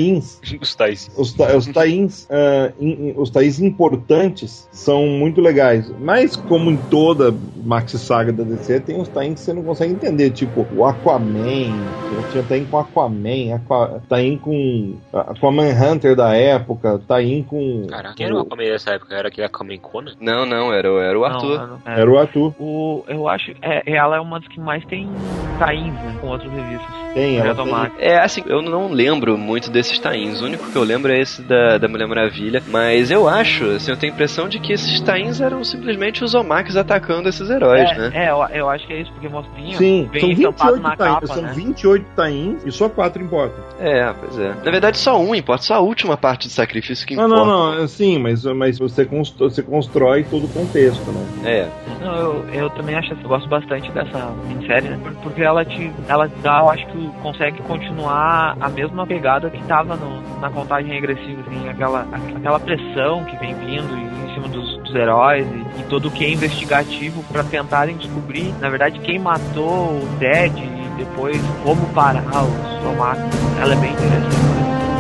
importantes são muito legais. Mas, como em toda maxi saga da DC, tem uns tie-ins que você não consegue entender, tipo o Aquaman. Tinha tie-in com Aquaman, tie-in com Aquaman Hunter da época, tie-in com... Caraca, quem era o Aquaman dessa época? Era aquele Aquaman Conan? Não, era o Arthur. Era o Arthur. Eu acho ela é uma das que mais tem tie-ins, né, com outras revistas. Assim, eu não lembro muito desses tie-ins. O único que eu lembro é esse da Mulher Maravilha. Mas eu acho, assim, eu tenho a impressão de que esses tie-ins eram simplesmente os Omakis atacando esses heróis, né? Eu acho que é isso, porque mostrinha sim, bem são 28 na capa, são né? 28 tie-ins e só 4 importam. Pois é. Na verdade, só um importa, só a última parte de sacrifício que importa. Não, sim, mas você constrói todo o contexto, né? Eu também acho, eu gosto bastante dessa minissérie, né? Porque ela dá, eu acho que consegue continuar a mesma pegada que tava na contagem regressiva, assim, aquela pressão que vem vindo em cima dos heróis e todo o que é investigativo para tentarem descobrir, na verdade, quem matou o Ted e depois como parar os Omaki. Ela é bem interessante.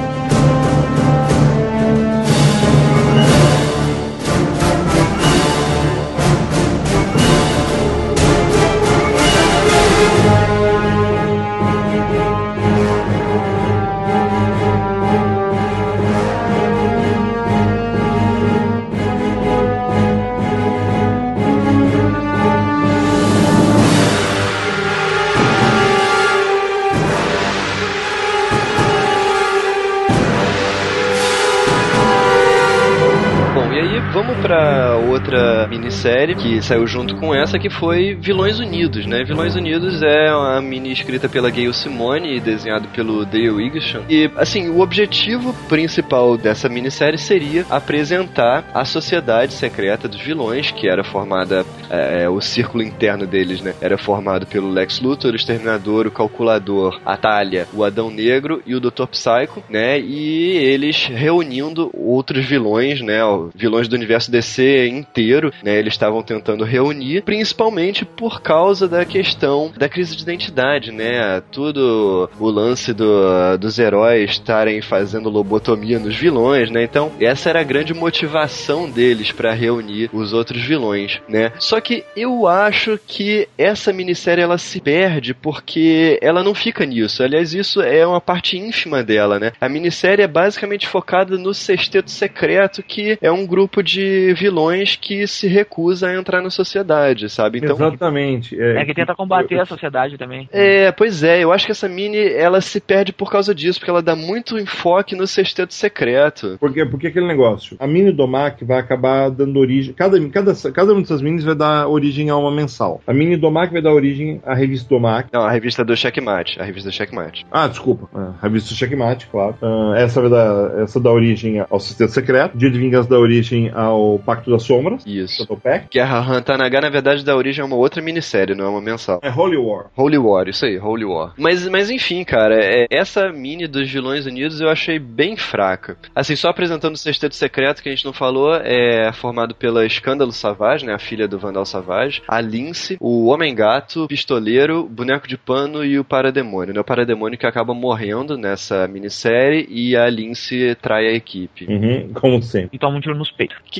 Vamos pra outra minissérie que saiu junto com essa, que foi Vilões Unidos, né? Vilões Unidos é uma mini escrita pela Gail Simone e desenhado pelo Dale Wigginton. E, assim, o objetivo principal dessa minissérie seria apresentar a sociedade secreta dos vilões, que era formada, o círculo interno deles, né? Era formado pelo Lex Luthor, o Exterminador, o Calculador, a Talia, o Adão Negro e o Dr. Psycho, né? E eles reunindo outros vilões, né? Vilões do universo DC inteiro, né? Eles estavam tentando reunir, principalmente por causa da questão da crise de identidade, né? Tudo o lance dos heróis estarem fazendo lobotomia nos vilões, né? Então, essa era a grande motivação deles para reunir os outros vilões, né? Só que eu acho que essa minissérie ela se perde porque ela não fica nisso. Aliás, isso é uma parte ínfima dela, né? A minissérie é basicamente focada no Sexteto Secreto, que é um grupo de vilões que se recusa a entrar na sociedade, sabe? Então, exatamente. Que tenta combater a sociedade também. Pois é, eu acho que essa mini, ela se perde por causa disso, porque ela dá muito enfoque no Sexteto Secreto. Porque aquele negócio, a mini do Omaki vai acabar dando origem, cada uma dessas minis vai dar origem a uma mensal. A mini do Omaki vai dar origem à revista do Omaki. Não, a revista do Checkmate. Ah, desculpa. A revista do Checkmate, claro. Essa dá origem ao Sexteto Secreto. Dia de Vingança dá origem ao Pacto das Sombras. Isso. Guerra Hantanaga, na verdade, dá origem a uma outra minissérie, não é uma mensal. É Holy War. Holy War, isso aí, Holy War. Mas enfim, cara, essa mini dos Vilões Unidos eu achei bem fraca. Assim, só apresentando o Sexteto Secreto, que a gente não falou, é formado pela Escândalo Savage, né, a filha do Vandal Savage, a Lince, o Homem-Gato, o Pistoleiro, o Boneco de Pano e o Parademônio, né, o Parademônio que acaba morrendo nessa minissérie e a Lince trai a equipe. Como sempre. E toma um tiro nos peitos. O que vocês acharam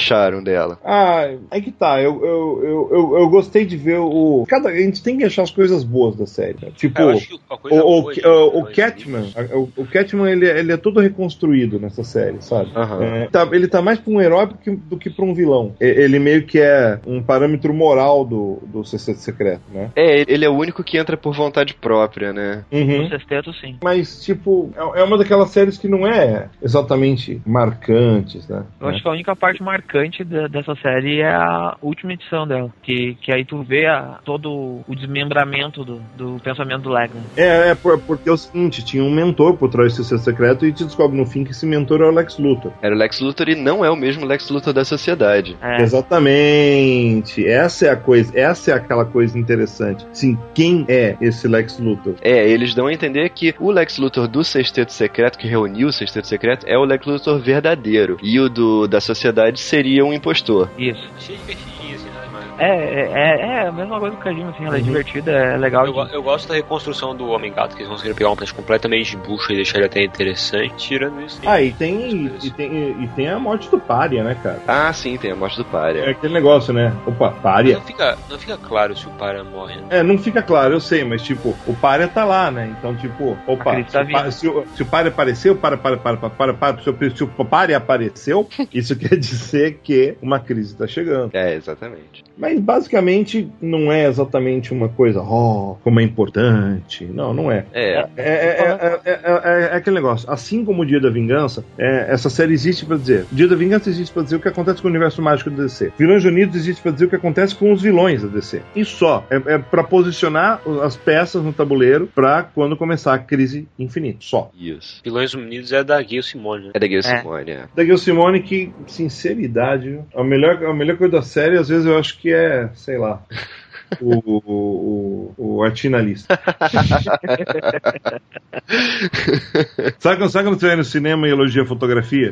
acharam dela? É que tá, eu gostei de ver a gente tem que achar as coisas boas da série, né? Tipo, o Catman, o Catman ele é todo reconstruído nessa série, sabe? Ele tá mais pra um herói do que pra um vilão. Ele meio que é um parâmetro moral do Sexteto Secreto, né? Ele é o único que entra por vontade própria, né? No Sexteto, sim. Mas, tipo, é uma daquelas séries que não é exatamente marcantes, né? Eu acho que a única parte marcante dessa série é a última edição dela, que aí tu vê todo o desmembramento do pensamento do Lex. Porque é o seguinte, tinha um mentor por trás do Sexteto Secreto e te descobre no fim que esse mentor é o Lex Luthor. Era o Lex Luthor e não é o mesmo Lex Luthor da sociedade. Exatamente. Essa é a coisa, essa é aquela coisa interessante. Sim, quem é esse Lex Luthor? Eles dão a entender que o Lex Luthor do Sexteto Secreto, que reuniu o Sexteto Secreto, é o Lex Luthor verdadeiro. E o da sociedade seria um impostor. Isso. Cheio de divertidinho, assim, né? É a mesma coisa do Kajima, assim, ela é divertida, é legal. Eu gosto da reconstrução do Homem-Gato, que eles conseguiram pegar um personagem completamente de bucha e deixar ele até interessante, tirando isso. E tem a morte do Pária, né, cara? Sim, tem a morte do Pária. É aquele negócio, né? Opa, Pária. Não fica claro se o Pária morre, né? Não fica claro, eu sei, mas tipo, o Pária tá lá, né? Então, tipo, opa, se o Pária apareceu, se o Pária apareceu, isso quer dizer que uma crise tá chegando. Exatamente. Mas basicamente não é exatamente uma coisa, como é importante. Não é. É aquele negócio. Assim como o Dia da Vingança, essa série existe pra dizer. O Dia da Vingança existe pra dizer o que acontece com o universo mágico do DC. Vilões Unidos existe pra dizer o que acontece com os vilões da DC. E só. É pra posicionar as peças no tabuleiro pra quando começar a crise infinita. Só. Isso. Vilões Unidos é da Gayle Simone, né? É da Gayle Simone, Da Gayle Simone, que, sinceridade, a melhor coisa da série, às vezes eu acho que é, sei lá, o artinalista. Sabe quando você vai no cinema e elogia a fotografia?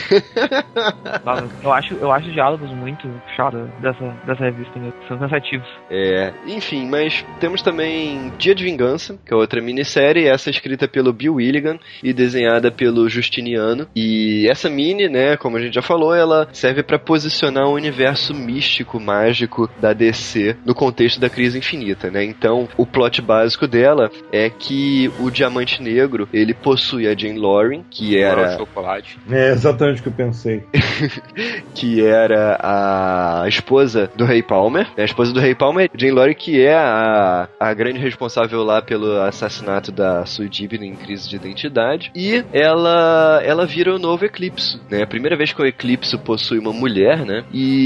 Eu acho diálogos muito chatos dessa revista, né? São cansativos. Enfim, mas temos também Dia de Vingança, que é outra minissérie, essa escrita pelo Bill Willigan e desenhada pelo Justiniano. E essa mini, né, como a gente já falou, ela serve para posicionar o universo místico, mágico da DC no contexto da Crise Infinita, né? Então, o plot básico dela é que o Diamante Negro, ele possui a Jane Loring, que era... chocolate. É exatamente o que eu pensei. Que era a esposa do Ray Palmer. A esposa do Ray Palmer, Jane Loring, que é a grande responsável lá pelo assassinato da Sue Dibny em Crise de Identidade. E ela vira o novo Eclipso, né? A primeira vez que o Eclipso possui uma mulher, né?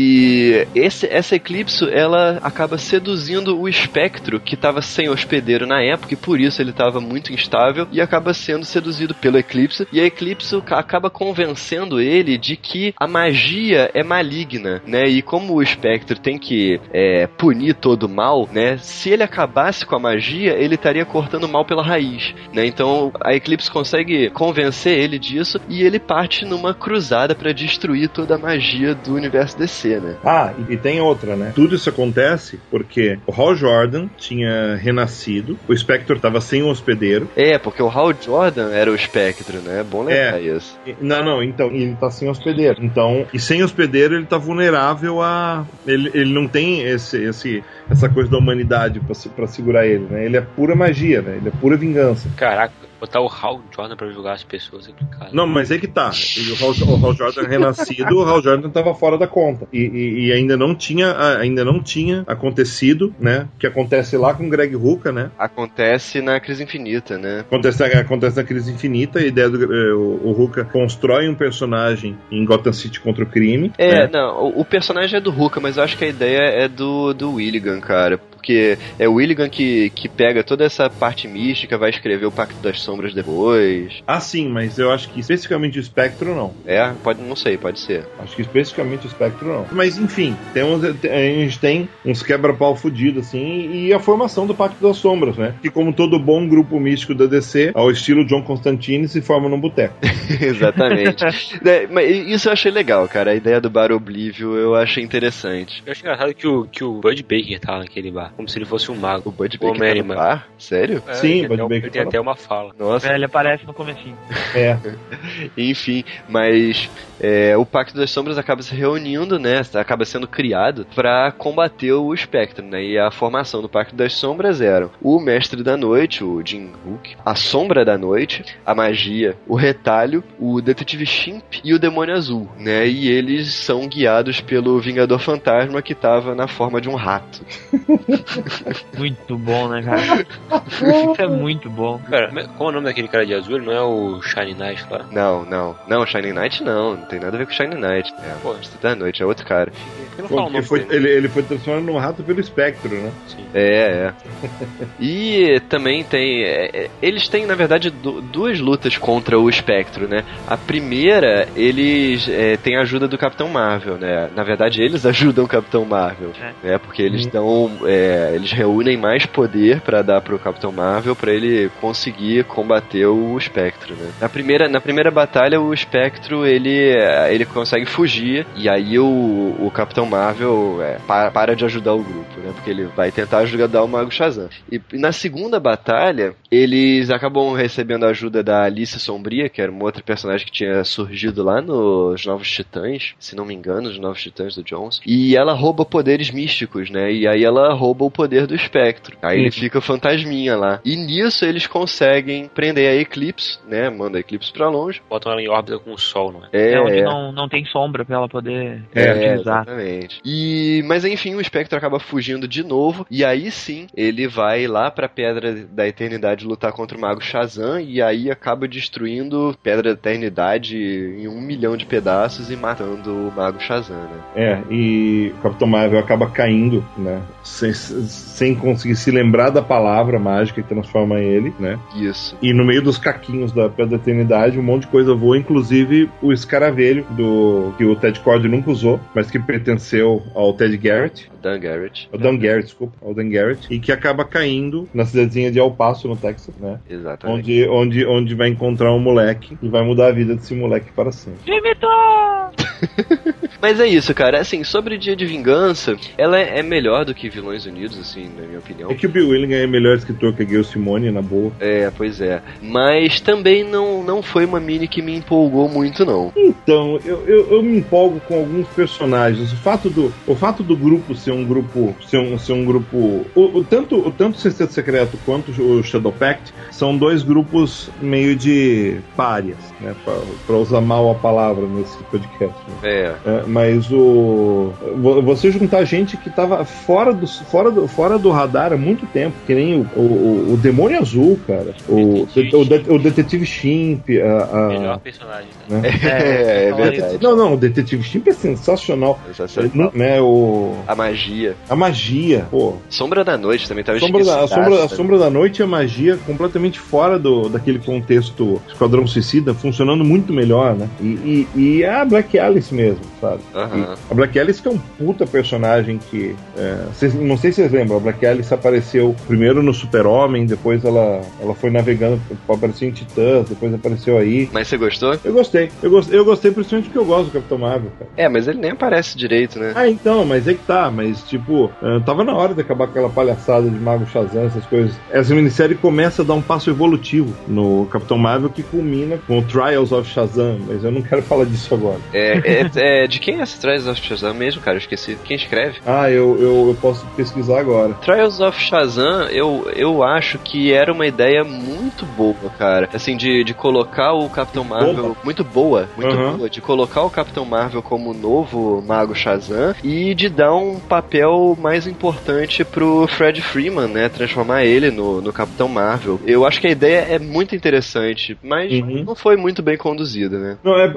E essa Eclipso, ela acaba seduzindo o Espectro, que estava sem hospedeiro na época, e por isso ele estava muito instável, e acaba sendo seduzido pelo Eclipse, e a Eclipse acaba convencendo ele de que a magia é maligna, né? E como o Espectro tem que punir todo o mal, né? Se ele acabasse com a magia, ele estaria cortando o mal pela raiz, né? Então a Eclipse consegue convencer ele disso, e ele parte numa cruzada para destruir toda a magia do universo DC, né? E tem outra, né? Tudo isso acontece porque o Hal Jordan tinha renascido, o Spectre estava sem um hospedeiro. Porque o Hal Jordan era o Espectro, né? É bom lembrar isso. Então, ele tá sem hospedeiro. Então, e sem hospedeiro ele tá vulnerável a... Ele não tem essa coisa da humanidade pra segurar ele, né? Ele é pura magia, né? Ele é pura vingança. Caraca, botar o Hal Jordan pra julgar as pessoas é complicado. Não, mas é que tá. O Hal Jordan renascido, o Hal Jordan tava fora da conta. E ainda não tinha acontecido, né? Que acontece lá com o Greg Rucka, né? Acontece na Crise Infinita, né? Acontece na Crise Infinita. A ideia o Rucka constrói um personagem em Gotham City contra o crime. Não, o personagem é do Rucka, mas eu acho que a ideia é do Willigan, cara. Porque é o Willigan que pega toda essa parte mística, vai escrever o Pacto das Sombras depois. Sim, mas eu acho que especificamente o Spectro não. Não sei, pode ser. Acho que especificamente o Spectro não. Mas enfim, a gente tem uns quebra-pau fudidos, assim, e a formação do Pacto das Sombras, né? Que como todo bom grupo místico da DC, ao estilo John Constantine, se forma num boteco. Exatamente. Mas isso eu achei legal, cara. A ideia do Bar Oblívio eu achei interessante. Eu achei engraçado que o Bud Baker tava naquele bar. como se ele fosse um mago. O Bud Baker tá no par? Sério? Sim, o Bud Baker ele tem até uma fala. Nossa. Ele aparece no comecinho. Enfim, mas o Pacto das Sombras acaba se reunindo, né? Acaba sendo criado pra combater o Espectro, né? E a formação do Pacto das Sombras eram o Mestre da Noite, o Jim Hook, a Sombra da Noite, a Magia, o Retalho, o Detetive Chimp e o Demônio Azul, né? E eles são guiados pelo Vingador Fantasma, que tava na forma de um rato. Muito bom, né, cara? Isso é muito bom. Cara, qual é o nome daquele cara de azul? Ele não é o Shiny Knight lá? Não, Shining Knight não tem nada a ver com Shining Knight. Pô, Mestre da Noite, é outro cara. Ele foi transformado num rato pelo Espectro, né? Sim. E também tem... eles têm, na verdade, duas lutas contra o Espectro, né? A primeira, eles têm a ajuda do Capitão Marvel, né? Na verdade, eles ajudam o Capitão Marvel, né? Porque eles dão... eles reúnem mais poder pra dar pro Capitão Marvel pra ele conseguir combater o Espectro, né? Na primeira batalha, o Espectro, ele consegue fugir, e aí o Capitão Marvel para de ajudar o grupo, né? Porque ele vai tentar ajudar o Mago Shazam. E na segunda batalha, eles acabam recebendo a ajuda da Alice Sombria, que era uma outra personagem que tinha surgido lá nos Novos Titãs, se não me engano, os Novos Titãs do Jones. E ela rouba poderes místicos, né? E aí ela rouba o poder do Espectro. Aí ele fica fantasminha lá. E nisso eles conseguem prender a Eclipse, né? Manda a Eclipse pra longe. Botam ela em órbita com o Sol, não é? Onde não tem sombra pra ela poder utilizar. Exatamente. Mas enfim, o Espectro acaba fugindo de novo, e aí sim, ele vai lá pra Pedra da Eternidade lutar contra o Mago Shazam, e aí acaba destruindo Pedra da Eternidade em 1 milhão de pedaços e matando o Mago Shazam, né? E o Capitão Marvel acaba caindo, né? Sem conseguir se lembrar da palavra mágica que transforma ele, né? Isso. E no meio dos caquinhos da Pedra da Eternidade, um monte de coisa voa, inclusive o escaravelho que o Ted Cord nunca usou, mas que pertenceu ao Ted Garrett. Dan Garrett. Ao Dan Garrett, e que acaba caindo na cidadezinha de El Paso, no Texas, né? Exatamente. Onde vai encontrar um moleque e vai mudar a vida desse moleque para sempre. Mas é isso, cara. Assim, sobre Dia de Vingança, ela é melhor do que Vilões Unidos, assim, na minha opinião. É que o Bill Willingham é melhor escritor que a Gayle Simone, na boa. Pois é. Mas também não foi uma mini que me empolgou muito, não. Então, eu me empolgo com alguns personagens. O fato do grupo ser um grupo... Tanto o Sexteto Secreto quanto o Shadow Pact são dois grupos meio de párias, né? Pra usar mal a palavra nesse podcast. Né? Mas você juntar gente que tava fora do radar há muito tempo, que nem o Demônio Azul, cara. O Detetive Chimp. Melhor personagem. Né? É verdade. Não, o Detetive Chimp é sensacional. Né, A magia, pô. Sombra da Noite também tava a Sombra da Noite e a magia completamente fora daquele contexto Esquadrão Suicida, funcionando muito melhor, né? E a Black Alice mesmo, sabe? A Black Alice que é um puta personagem que... não sei se vocês lembram, a Black Alice apareceu primeiro no Super-Homem, depois ela foi navegando, apareceu em Titãs, depois apareceu aí. Mas você gostou? Eu gostei principalmente porque eu gosto do Capitão Marvel, cara. Mas ele nem aparece direito, né? Então, mas é que tá, mas tipo, tava na hora de acabar aquela palhaçada de Mago Shazam, essas coisas. Essa minissérie começa a dar um passo evolutivo no Capitão Marvel que culmina com o Trials of Shazam, mas eu não quero falar disso agora. De quem é essa Trials of Shazam mesmo, cara? Eu esqueci. Quem escreve? Eu posso pesquisar agora. Trials of Shazam, eu acho que era uma ideia muito boa, cara. Assim, de colocar o Capitão Marvel... Muito boa, de colocar o Capitão Marvel como novo Mago Shazam e de dar um papel mais importante pro Fred Freeman, né? Transformar ele no Capitão Marvel. Eu acho que a ideia é muito interessante, mas não foi muito bem conduzida, né?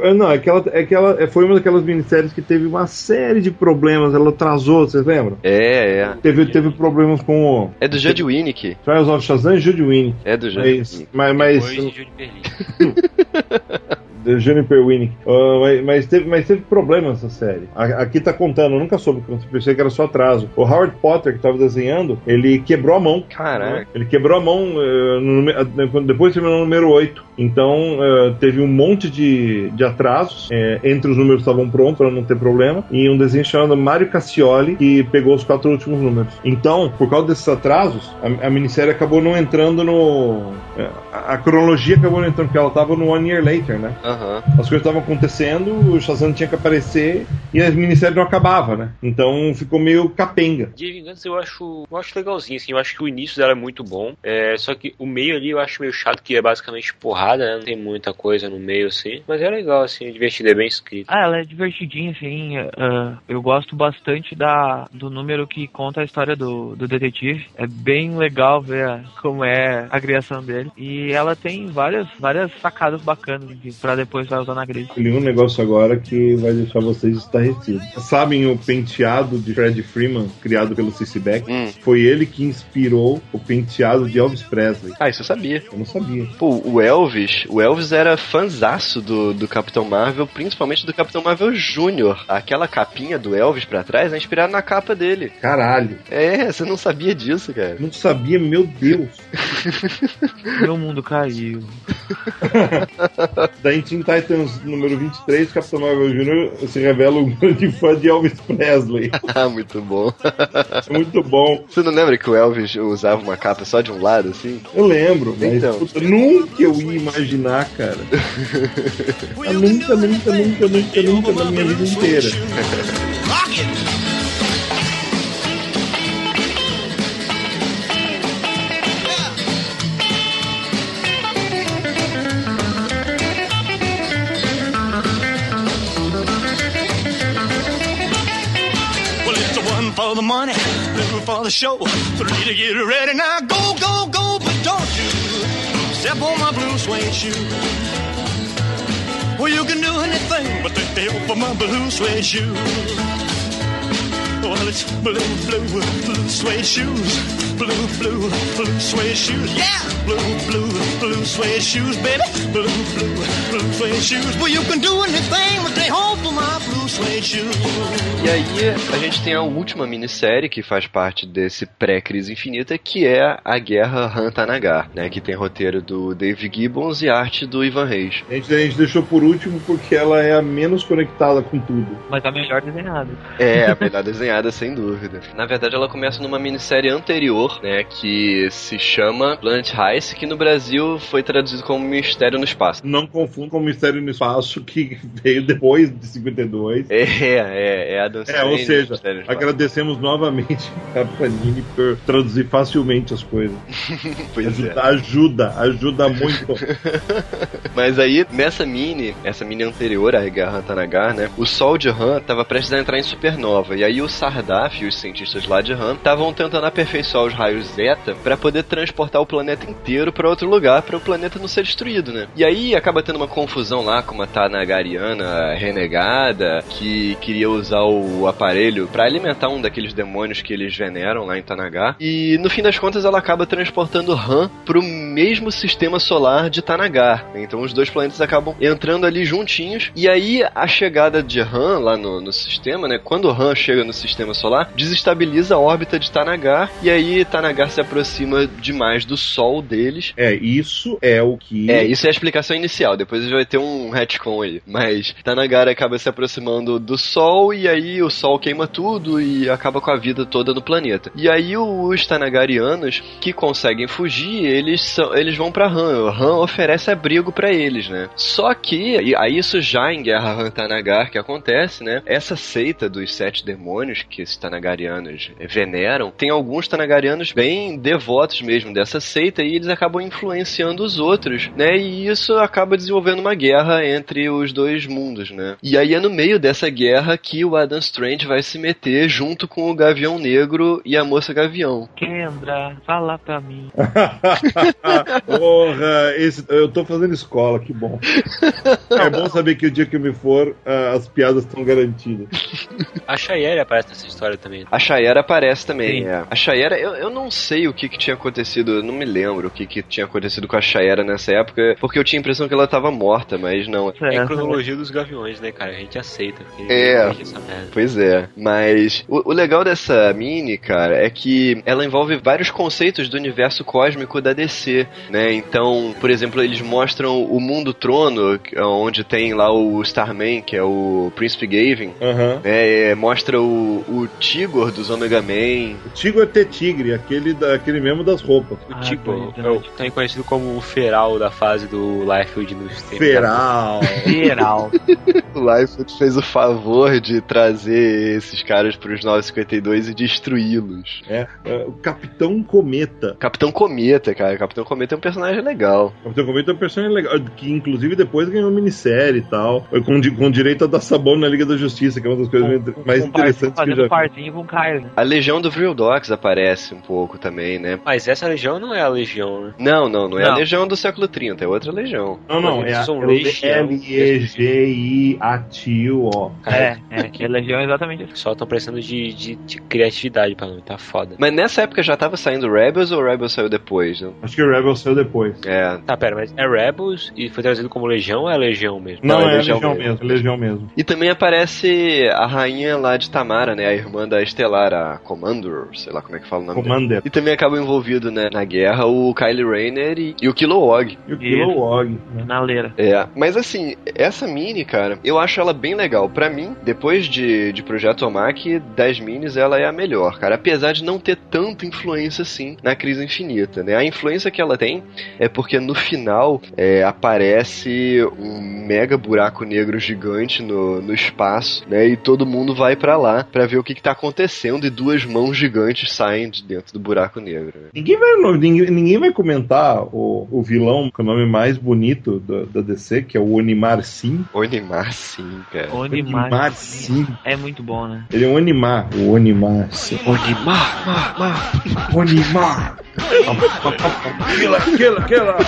Foi uma daquelas minisséries que teve uma série de problemas, ela atrasou, vocês lembram? Teve problemas com... É do Judd Winnick. Trials of Shazam e Judd Winnick. É do Judd Winnick. Mas... Depois de Judd Berlin. Juniper Winnick. Mas teve problema nessa série. Aqui tá contando, eu nunca soube, pensei que era só atraso. O Howard Potter, que tava desenhando, ele quebrou a mão. Caraca. Ele quebrou a mão depois terminou no número 8. Então, teve um monte de atrasos. Entre os números estavam prontos para não ter problema. E um desenho chamado Mário Cassioli, que pegou os 4 últimos números. Então, por causa desses atrasos, a minissérie acabou não entrando no... A cronologia acabou não entrando, porque ela tava no One Year Later, né? Uhum. As coisas estavam acontecendo, o Shazam tinha que aparecer e a minissérie não acabava, né? Então ficou meio capenga. De Vingança eu acho legalzinho, assim. Eu acho que o início dela é muito bom. Só que o meio ali eu acho meio chato, que é basicamente porrada, né? Não tem muita coisa no meio, assim. Mas é legal, assim, divertido, é bem escrito. Ela é divertidinha, assim. Eu gosto bastante do número que conta a história do detetive. É bem legal ver como é a criação dele. E ela tem várias sacadas bacanas pra depois vai usar na crise. Eu li um negócio agora que vai deixar vocês estarrecidos. Sabem o penteado de Fred Freeman, criado pelo C.C. Beck? Foi ele que inspirou o penteado de Elvis Presley. Ah, isso eu sabia. Eu não sabia. Pô, o Elvis era fanzaço do Capitão Marvel, principalmente do Capitão Marvel Jr. Aquela capinha do Elvis pra trás é inspirada na capa dele. Caralho. Você não sabia disso, cara? Não sabia, meu Deus. Meu mundo caiu. Da Teen Titans número 23, Capitão Marvel Jr. se revela um grande fã de Elvis Presley. Muito bom. Muito bom. Você não lembra que o Elvis usava uma capa só de um lado, assim? Eu lembro, mas então. Puta, nunca eu ia imaginar, cara. Nunca na minha vida inteira. For the money, two for the show, 3 to get ready. Now go, go, go, but don't you step on my blue suede shoe. Well, you can do anything but take the help of my blue suede shoe. Well, it's blue suede shoes, blue suede shoes, yeah, blue suede shoes, baby, blue suede shoes. Well, you can do anything but take hold of my blue suede shoes. E aí a gente tem a última minissérie que faz parte desse pré-Crise Infinita, que é a Guerra Han-Tanagar, né, que tem roteiro do Dave Gibbons e arte do Ivan Reis. A gente deixou por último porque ela é a menos conectada com tudo. Mas a melhor desenhada. A melhor desenhada, sem dúvida. Na verdade, ela começa numa minissérie anterior, né, que se chama Planet Heist, que no Brasil foi traduzido como Mistério no Espaço. Não confunda com o Mistério no Espaço, que veio depois de 52. É a dança. Ou seja, agradecemos novamente a Panini por traduzir facilmente as coisas. Pois ajuda muito. Mas aí, essa mini anterior à Guerra Han-Tanagar, né, o Sol de Han estava prestes a entrar em supernova, e aí o Sardaf e os cientistas lá de Han estavam tentando aperfeiçoar os raios Zeta para poder transportar o planeta inteiro para outro lugar, para o planeta não ser destruído, né? E aí acaba tendo uma confusão lá com uma Tanagariana renegada que queria usar o aparelho para alimentar um daqueles demônios que eles veneram lá em Tanagar. E no fim das contas ela acaba transportando Han pro mesmo sistema solar de Tanagar. Então os dois planetas acabam entrando ali juntinhos. E aí a chegada de Han lá no sistema, né? Quando Han chega no sistema solar, desestabiliza a órbita de Tanagar. E aí Tanagar se aproxima demais do Sol deles. Isso é o que... Isso é a explicação inicial. Depois vai ter um retcon aí. Mas Tanagar acaba se aproximando do Sol e aí o Sol queima tudo e acaba com a vida toda no planeta. E aí os Tanagarianos que conseguem fugir, eles vão pra Han. Han oferece abrigo pra eles, né? Só que, aí isso já em Guerra Han-Tanagar que acontece, né? Essa seita dos 7 demônios que esses Tanagarianos veneram, tem alguns Tanagarianos bem devotos mesmo dessa seita e eles acabam influenciando os outros, né? E isso acaba desenvolvendo uma guerra entre os dois mundos, né? E aí é no meio dessa guerra que o Adam Strange vai se meter junto com o Gavião Negro e a Moça Gavião. Kendra, fala pra mim. Porra, eu tô fazendo escola, que bom. É bom saber que o dia que eu me for, as piadas estão garantidas. A Chayenne aparece nessa história também. A Shayera aparece também, Sim. é. A Shayera, eu não sei o que tinha acontecido, eu não me lembro o que tinha acontecido com a Shayera nessa época, porque eu tinha a impressão que ela tava morta, mas não. É a cronologia dos Gaviões, né, cara? A gente aceita. Pois é. Mas o legal dessa mini, cara, é que ela envolve vários conceitos do universo cósmico da DC, né? Então, por exemplo, eles mostram o Mundo Trono, onde tem lá o Starman, que é o Príncipe Gavin. Mostra o Tigor dos Omega Man. O Tigor é T-Tigre, aquele mesmo das roupas. O Tigor é também conhecido como o Feral da fase do Liefeld nos tempos. Feral. O Liefeld fez o favor de trazer esses caras pros 952 e destruí-los. O Capitão Cometa. Capitão Cometa, cara. Capitão Cometa é um personagem legal. Capitão Cometa é um personagem legal, que inclusive depois ganhou minissérie e tal, com direito a dar sabão na Liga da Justiça, que é uma das coisas mais interessantes que já... parzinho com o Caio, né? A Legião do Vril Dogs aparece um pouco também, né? Mas essa legião não é a legião, né? Não é a Legião do século 30, é outra legião. Não, é a L-E-G-I-A-T-I-O. Que a legião é exatamente isso. Só estão precisando de criatividade pra não, tá foda. Mas nessa época já tava saindo Rebels ou Rebels saiu depois? Né? Acho que o Rebels saiu depois. Tá, pera, mas é Rebels e foi trazido como Legião ou é Legião mesmo? Não, é Legião mesmo. E também aparece a rainha lá de Tamara, né? A irmã da Estelar, a Commander, sei lá como é que fala o nome dela. E também acaba envolvido, né, na guerra o Kylo Rayner e o Kilowog. Na leira. Mas assim, essa mini, cara, eu acho ela bem legal. Pra mim, depois de Projeto Omake, das minis, ela é a melhor, cara. Apesar de não ter tanta influência assim na Crise Infinita, né? A influência que ela tem é porque no final aparece um mega buraco negro gigante no espaço, né? E todo mundo vai pra lá pra ver o que tá acontecendo e duas mãos gigantes saem de dentro do buraco negro. Né? Ninguém vai comentar o vilão com o nome mais bonito da DC, que é o Onimar Sim. Onimar Sim, cara. Onimar Sim. É muito bom, né? Ele é um Onimar. O Onimar Sim. Onimar. Killer.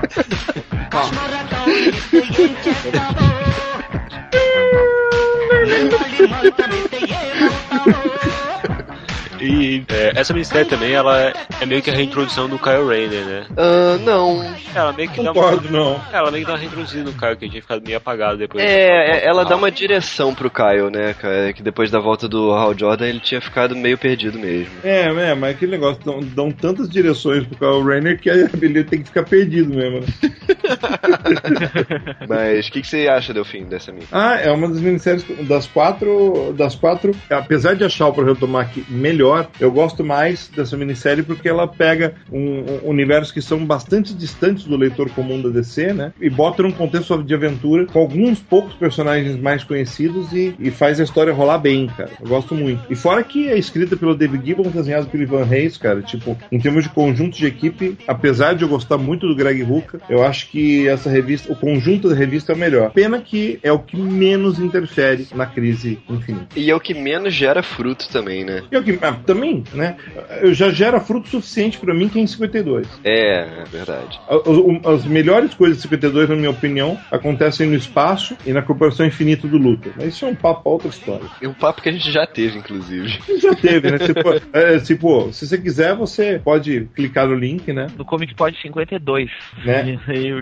E essa minissérie também, ela é meio que a reintrodução do Kyle Rayner, né? Não. Ela meio que Ela meio que dá uma reintroduzida no Kyle, que tinha ficado meio apagado depois. Ela dá uma direção pro Kyle, né, cara? Que depois da volta do Hal Jordan, ele tinha ficado meio perdido mesmo. Mas aquele negócio, dão tantas direções pro Kyle Rayner que ele tem que ficar perdido mesmo, né? Mas o que você acha, Delfim, dessa minha? É uma das minisséries das quatro, apesar de achar o Projeto Omake melhor, eu gosto mais dessa minissérie porque ela pega universos que são bastante distantes do leitor comum da DC, né? E bota num contexto de aventura com alguns poucos personagens mais conhecidos e faz a história rolar bem, cara. Eu gosto muito. E fora que é escrita pelo David Gibbons, desenhado pelo Ivan Reis, cara. Tipo, em termos de conjunto de equipe, apesar de eu gostar muito do Greg Rucka, eu acho que essa revista, o conjunto da revista é o melhor. Pena que é o que menos interfere na Crise Infinita. E é o que menos gera fruto também, né? E é o que também, né? Eu já gera fruto suficiente pra mim que é em 52. É verdade. As melhores coisas de 52, na minha opinião, acontecem no espaço e na Corporação Infinita do Luthor. Mas isso é um papo pra outra história. É um papo que a gente já teve, inclusive. Já teve, né? Se você quiser, você pode clicar no link, né? No Comic Pod 52. Né?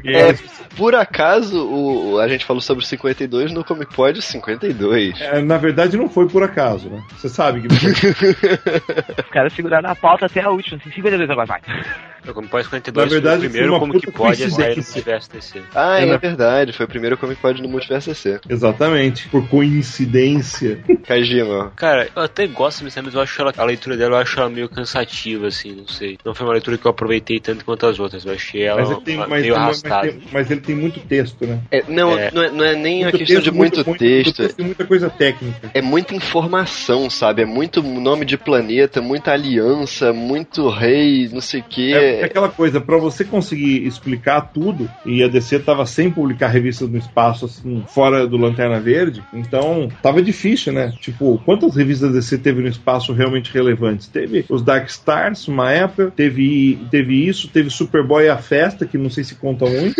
Por acaso, a gente falou sobre o 52 no Comic Pod 52. Na verdade, não foi por acaso, né? Você sabe que não foi. Os caras seguraram a pauta até a última, assim, 52 agora vai. O Comic Pod 52 na verdade, foi o primeiro Comic Pod a sair no coincidência. Multiverso DC. É verdade, foi o primeiro Comic Pod no Multiverso DC. Exatamente, por coincidência. Kajima. Cara, eu até gosto dessa, mas eu acho a leitura dela, eu acho ela meio cansativa, assim, não sei. Não foi uma leitura que eu aproveitei tanto quanto as outras, eu achei ela meio arrastada. Mas ele tem muito texto, né? Não é nem muito a questão de muito texto. Tem muita coisa técnica. É muita informação, sabe? É muito nome de planeta, muita aliança, muito rei, não sei o quê. É aquela coisa, pra você conseguir explicar tudo, e a DC tava sem publicar revistas no espaço, assim, fora do Lanterna Verde, então tava difícil, né? Tipo, quantas revistas da DC teve no espaço realmente relevantes? Teve os Dark Stars, uma época, teve isso, teve Superboy e a Festa, que não sei se conta muito.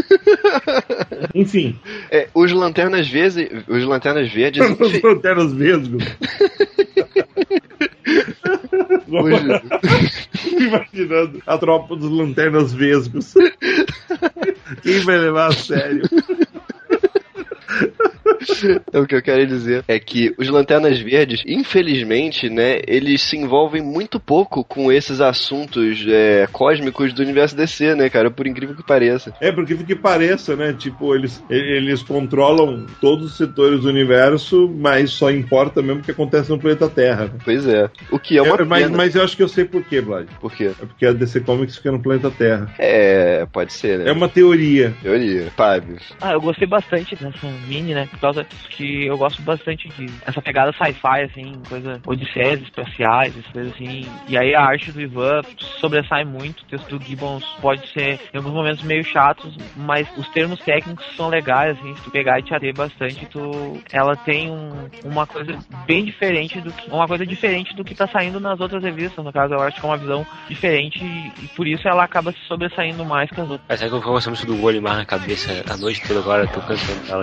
Enfim. Os Lanternas Verdes... Os Lanternas Verdes. Imaginando a tropa dos Lanternas Vesgos. Quem vai levar a sério? Então, o que eu quero dizer é que os Lanternas Verdes, infelizmente, né, eles se envolvem muito pouco com esses assuntos cósmicos do universo DC, né, cara, por incrível que pareça. Por incrível que pareça, né, tipo, eles controlam todos os setores do universo, mas só importa mesmo o que acontece no planeta Terra. Né? Pois é. O que é uma pena. Mas eu acho que eu sei por quê, Vlad. Por quê? É porque a DC Comics fica no planeta Terra. Pode ser, né? É uma teoria. Fábio. Eu gostei bastante dessa mini, né, por causa que eu gosto bastante de essa pegada sci-fi, assim, coisa, odisseias espaciais, essas coisas assim. E aí a arte do Ivan sobressai muito, o texto do Gibbons pode ser, em alguns momentos, meio chatos, mas os termos técnicos são legais, assim, se tu pegar e te ater bastante, ela tem uma coisa bem diferente do que tá saindo nas outras revistas, no caso, eu acho que é uma visão diferente e por isso ela acaba se sobressaindo mais que as outras. Mas sabe que eu vou muito do Golimar na cabeça a noite toda agora, tô cansando dela.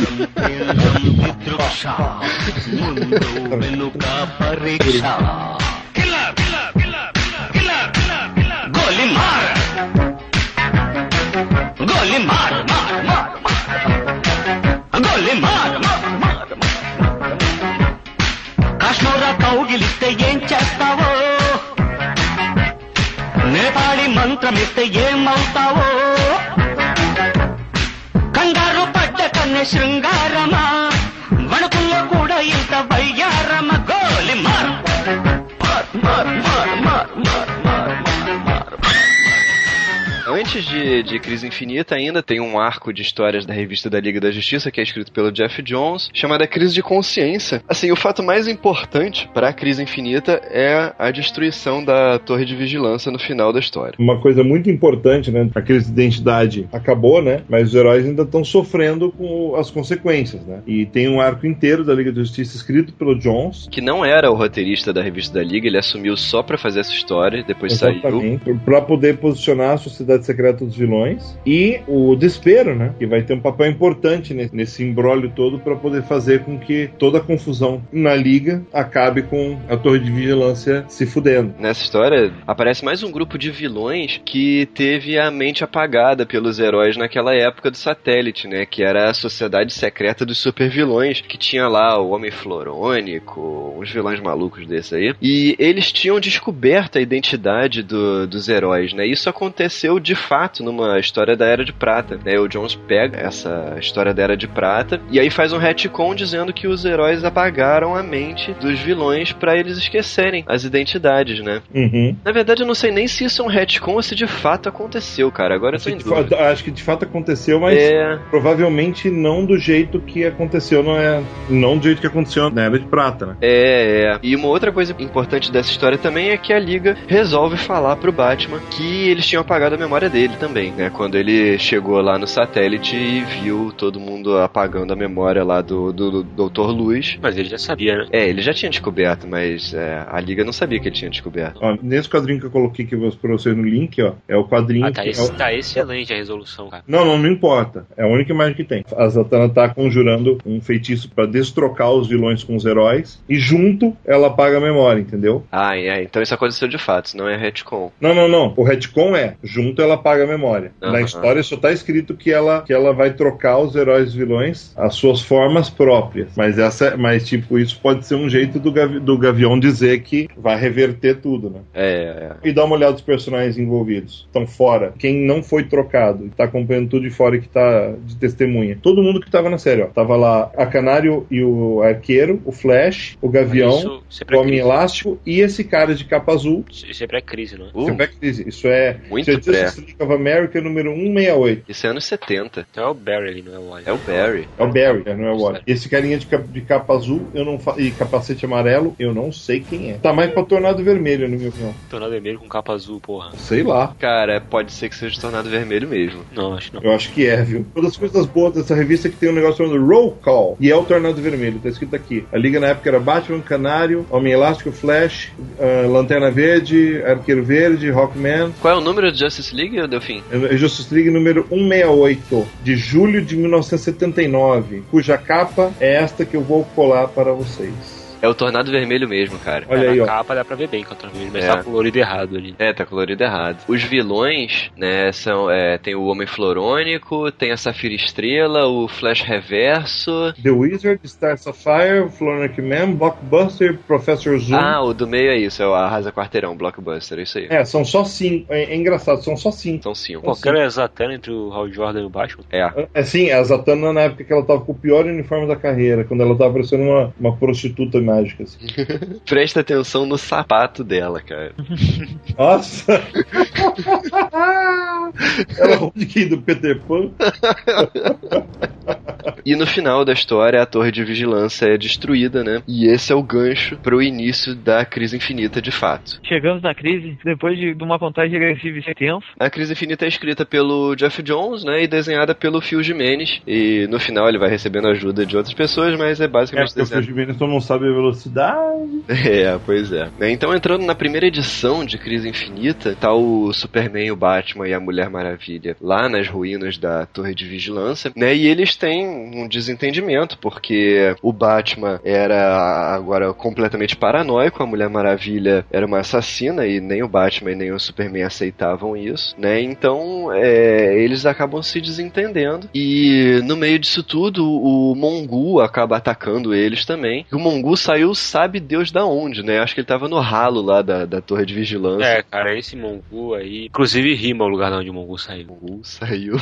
కాశ్మీర కౌగిలిస్తే ఏం చేస్తావో, నేపాళి మంత్రమిస్తే ఏమవుతావో, కంగారు పడ్డ కన్నె శృంగారమా, వణుకుల్లో కూడా ఇంత వయ్యారమ, గోలి మారు Antes de Crise Infinita, ainda tem um arco de histórias da revista da Liga da Justiça, que é escrito pelo Jeff Jones, chamada Crise de Consciência. Assim, o fato mais importante para a Crise Infinita é a destruição da Torre de Vigilância no final da história. Uma coisa muito importante, né? A crise de identidade acabou, né? Mas os heróis ainda estão sofrendo com as consequências, né? E tem um arco inteiro da Liga da Justiça escrito pelo Jones. Que não era o roteirista da revista da Liga, ele assumiu só para fazer essa história, depois saiu. Para poder posicionar a Sociedade Secreta dos Vilões e o Despero, né? Que vai ter um papel importante nesse imbróglio todo para poder fazer com que toda a confusão na Liga acabe com a Torre de Vigilância se fudendo. Nessa história aparece mais um grupo de vilões que teve a mente apagada pelos heróis naquela época do Satélite, né? Que era a Sociedade Secreta dos Supervilões, que tinha lá o Homem Florônico, uns vilões malucos desses aí. E eles tinham descoberto a identidade dos heróis, né? Isso aconteceu de fato numa história da Era de Prata, né? O Jones pega essa história da Era de Prata e aí faz um retcon dizendo que os heróis apagaram a mente dos vilões pra eles esquecerem as identidades, né? Uhum. Na verdade, eu não sei nem se isso é um retcon ou se de fato aconteceu, cara. Agora eu tô em dúvida. Acho que de fato aconteceu, mas provavelmente não do jeito que aconteceu, não do jeito que aconteceu na Era de Prata, né? E uma outra coisa importante dessa história também é que a Liga resolve falar pro Batman que eles tinham apagado a memória dele também, né? Quando ele chegou lá no Satélite e viu todo mundo apagando a memória lá do Dr. Luz. Mas ele já sabia, né? Ele já tinha descoberto, mas a Liga não sabia que ele tinha descoberto. Ó, nesse quadrinho que eu coloquei aqui pra você no link, ó, é o quadrinho... Tá excelente a resolução, cara. Não importa. É a única imagem que tem. A Zatanna tá conjurando um feitiço pra destrocar os vilões com os heróis e junto ela apaga a memória, entendeu? Então isso aconteceu de fato, senão é retcon. Não. O retcon junto ela apaga a memória. Na história só tá escrito que ela vai trocar os heróis e os vilões às suas formas próprias. Mas tipo, isso pode ser um jeito do Gavião dizer que vai reverter tudo, né? E dá uma olhada dos personagens envolvidos. Estão fora. Quem não foi trocado e tá acompanhando tudo de fora e que tá de testemunha. Todo mundo que tava na série, ó. Tava lá a Canário e o Arqueiro, o Flash, o Gavião, o Homem Elástico e esse cara de capa azul. Isso é pré-crise, não é? Isso é pré-crise. Isso é muito Justice League of America número 168. Isso é anos 70. Então é o Barry ali, não é o Wally. É o Barry. É o Barry, não é o Wally. Esse carinha de capa azul e capacete amarelo, eu não sei quem é. Tá mais pra Tornado Vermelho, na minha opinião. Tornado Vermelho com capa azul, porra. Sei lá. Cara, pode ser que seja Tornado Vermelho mesmo. Não, acho que não. Eu acho que é, viu? Uma das coisas boas dessa revista é que tem um negócio chamado Roll Call. E é o Tornado Vermelho, tá escrito aqui. A Liga na época era Batman, Canário, Homem Elástico, Flash, Lanterna Verde, Arqueiro Verde, Hawkman. Qual é o número de Justice League, Delfim? É Justice League número 168, de julho de 1979, cuja capa é esta que eu vou colar para vocês. É o Tornado Vermelho mesmo, cara. Olha aí, Na ó. capa dá pra ver bem que é o Tornado Vermelho, mas É. tá colorido errado ali. Tá colorido errado. Os vilões, né, são... tem o Homem Florônico, tem a Safira Estrela, o Flash Reverso... The Wizard, Star Sapphire, Floronic Man, Blockbuster, Professor Zoom. O do meio é isso, é o Arrasa Quarteirão, Blockbuster, é isso aí. São só 5. É engraçado, são só 5. São 5. Pô, aquela é a Zatanna entre o Hal Jordan e o Batman. Sim, a Zatanna na época que ela tava com o pior uniforme da carreira, quando ela tava parecendo uma prostituta mágica. Assim. Presta atenção no sapato dela, cara. Nossa! Ela roubou de quem? Do Peter Pan? E no final da história, a torre de vigilância é destruída, né? E esse é o gancho pro início da crise infinita de fato. Chegamos na crise depois de uma contagem regressiva e sem tempo. A crise infinita é escrita pelo Jeff Jones, né? E desenhada pelo Phil Jimenez. E no final ele vai recebendo ajuda de outras pessoas, mas é basicamente Porque o desenhado. Jimenez não sabe a velocidade. Pois é. Então, entrando na primeira edição de Crise Infinita, tá o Superman, o Batman e a Mulher Maravilha lá nas ruínas da Torre de Vigilância, né? E eles têm um desentendimento, porque o Batman era agora completamente paranoico, a Mulher Maravilha era uma assassina e nem o Batman e nem o Superman aceitavam isso, né? Então, eles acabam se desentendendo e no meio disso tudo, o Mongu acaba atacando eles também. E o Mongu saiu, sabe Deus da onde, né? Acho que ele tava no ralo lá da Torre de Vigilância. Cara, esse Mongu aí... Inclusive rima o lugar onde o Mongu saiu. Mongu saiu.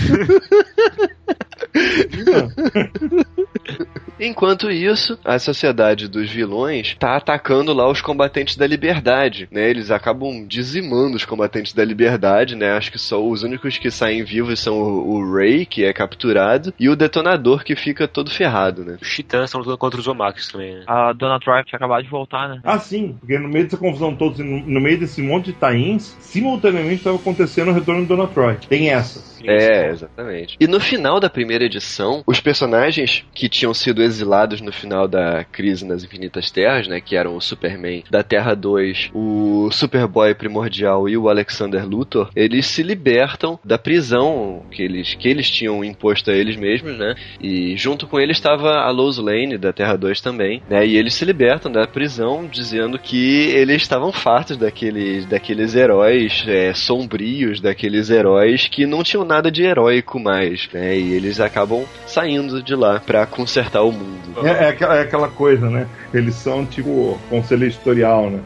Enquanto isso, a Sociedade dos Vilões tá atacando lá os Combatentes da Liberdade, né? Eles acabam dizimando os Combatentes da Liberdade, né? Acho que só os únicos que saem vivos são o Ray, que é capturado, e o Detonador, que fica todo ferrado, né? Os Titãs estão lutando contra os Omax também, né? A Dona Troy tinha acabado de voltar, né? Ah, sim, porque no meio dessa confusão toda, no meio desse monte de tains, simultaneamente estava acontecendo o retorno de Dona Troy. Tem essa. Exatamente. E no final da primeira edição, os personagens que tinham sido exilados no final da Crise nas Infinitas Terras, né, que eram o Superman da Terra 2, o Superboy Primordial e o Alexander Luthor, eles se libertam da prisão que eles tinham imposto a eles mesmos, né, e junto com eles estava a Lois Lane da Terra 2 também, né, e eles se libertam da prisão dizendo que eles estavam fartos daqueles heróis sombrios, daqueles heróis que não tinham nada de heróico mais, né? E eles acabam saindo de lá pra consertar o mundo. É aquela coisa, né? Eles são tipo conselho editorial, né?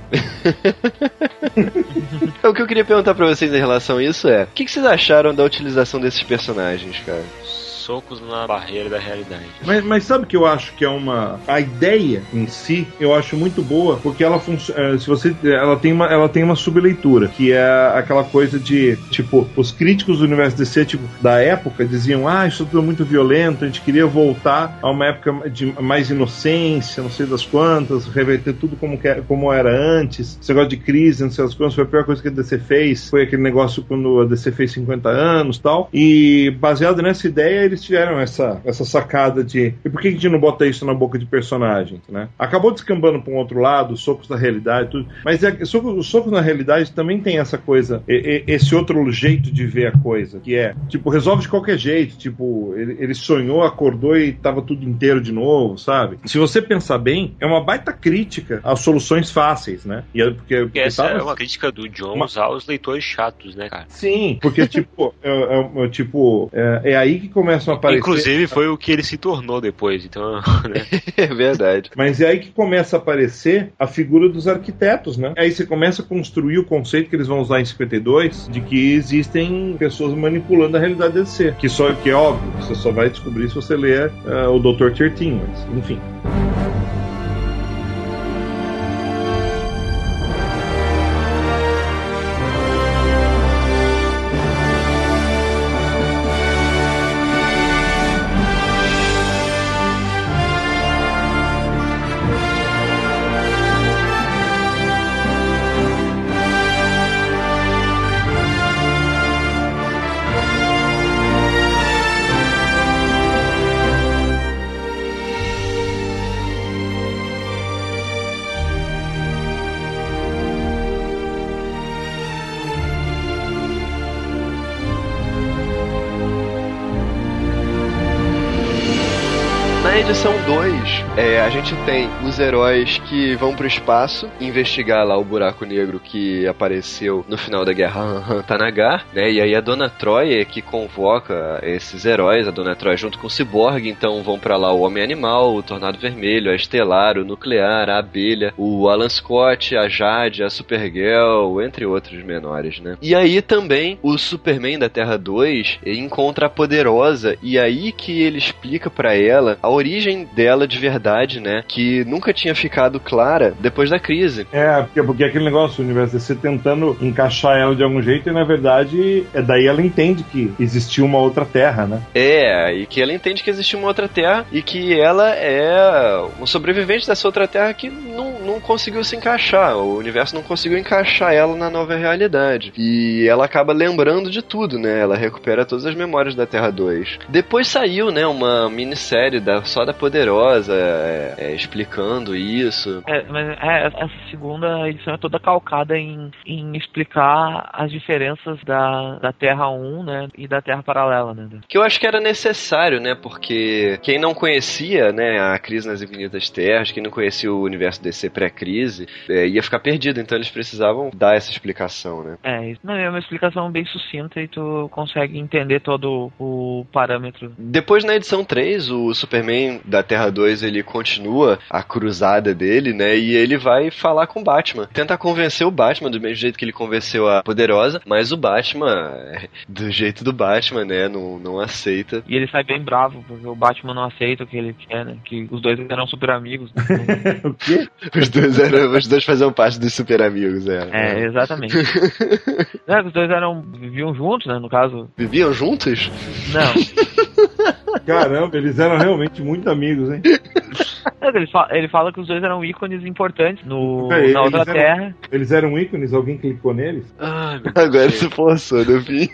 O que eu queria perguntar pra vocês em relação a isso o que vocês acharam da utilização desses personagens, cara? Socos na barreira da realidade. Mas sabe que eu acho que é a ideia em si, eu acho muito boa, porque ela funciona, ela tem uma subleitura, que é aquela coisa de, tipo, os críticos do universo DC, tipo, da época, diziam, isso tudo é muito violento, a gente queria voltar a uma época de mais inocência, não sei das quantas, reverter tudo como era antes, esse negócio de crise, não sei das quantas, foi a pior coisa que a DC fez, foi aquele negócio quando a DC fez 50 anos e tal, e baseado nessa ideia, eles tiveram essa sacada de e por que a gente não bota isso na boca de personagens, né? Acabou descambando para um outro lado, socos da realidade, tudo, mas os socos na realidade também tem essa coisa, esse outro jeito de ver a coisa, que é, tipo, resolve de qualquer jeito, tipo, ele sonhou, acordou e tava tudo inteiro de novo, sabe? Se você pensar bem, é uma baita crítica às soluções fáceis, né? Porque essa é uma crítica do Jones aos leitores chatos, né, cara? Sim, porque, tipo, é aí que começam a aparecer... Inclusive foi o que ele se tornou depois, então... Né? É verdade. Mas é aí que começa a aparecer a figura dos arquitetos, né? Aí você começa a construir o conceito que eles vão usar em 52, de que existem pessoas manipulando a realidade DC, que é óbvio, você só vai descobrir se você ler o Dr. 13, mas, enfim... edição 2, a gente tem os heróis que vão pro espaço investigar lá o buraco negro que apareceu no final da guerra Han Tanagar, né? E aí a Donna Troy é que convoca esses heróis, a Donna Troy junto com o Cyborg, então vão pra lá o Homem-Animal, o Tornado Vermelho, a Estelar, o Nuclear, a Abelha, o Alan Scott, a Jade, a Supergirl, entre outros menores, né? E aí também o Superman da Terra 2 encontra a Poderosa, e aí que ele explica pra ela a origem dela de verdade, né? Que nunca tinha ficado clara depois da crise. Porque aquele negócio, o universo DC tentando encaixar ela de algum jeito, e na verdade, daí ela entende que existia uma outra Terra, né? E que ela entende que existe uma outra Terra e que ela é um sobrevivente dessa outra Terra que não conseguiu se encaixar. O universo não conseguiu encaixar ela na nova realidade. E ela acaba lembrando de tudo, né? Ela recupera todas as memórias da Terra 2. Depois saiu, né, uma minissérie só da Poderosa explicando isso. Mas essa segunda edição é toda calcada em explicar as diferenças da Terra 1, né, e da Terra Paralela, né? Que eu acho que era necessário, né, porque quem não conhecia, né, a Crise nas Infinitas Terras, quem não conhecia o universo DC pré-crise, ia ficar perdido, então eles precisavam dar essa explicação, né. É uma explicação bem sucinta e tu consegue entender todo o parâmetro. Depois, na edição 3, o Superman da Terra 2, ele continua a cruzada dele, né, e ele vai falar com o Batman. Tenta convencer o Batman do mesmo jeito que ele convenceu a Poderosa, mas o Batman, do jeito do Batman, né, não aceita. E ele sai bem bravo, porque o Batman não aceita o que ele quer, né, que os dois eram super amigos. Né? O quê? Os dois faziam parte dos super amigos, exatamente. Os dois viviam juntos, né, no caso. Viviam juntos? Não. Caramba, eles eram realmente muito amigos, hein? Ele fala que os dois eram ícones importantes na outra Terra. Eles eram ícones? Alguém clicou neles? Agora se forçou, no fim.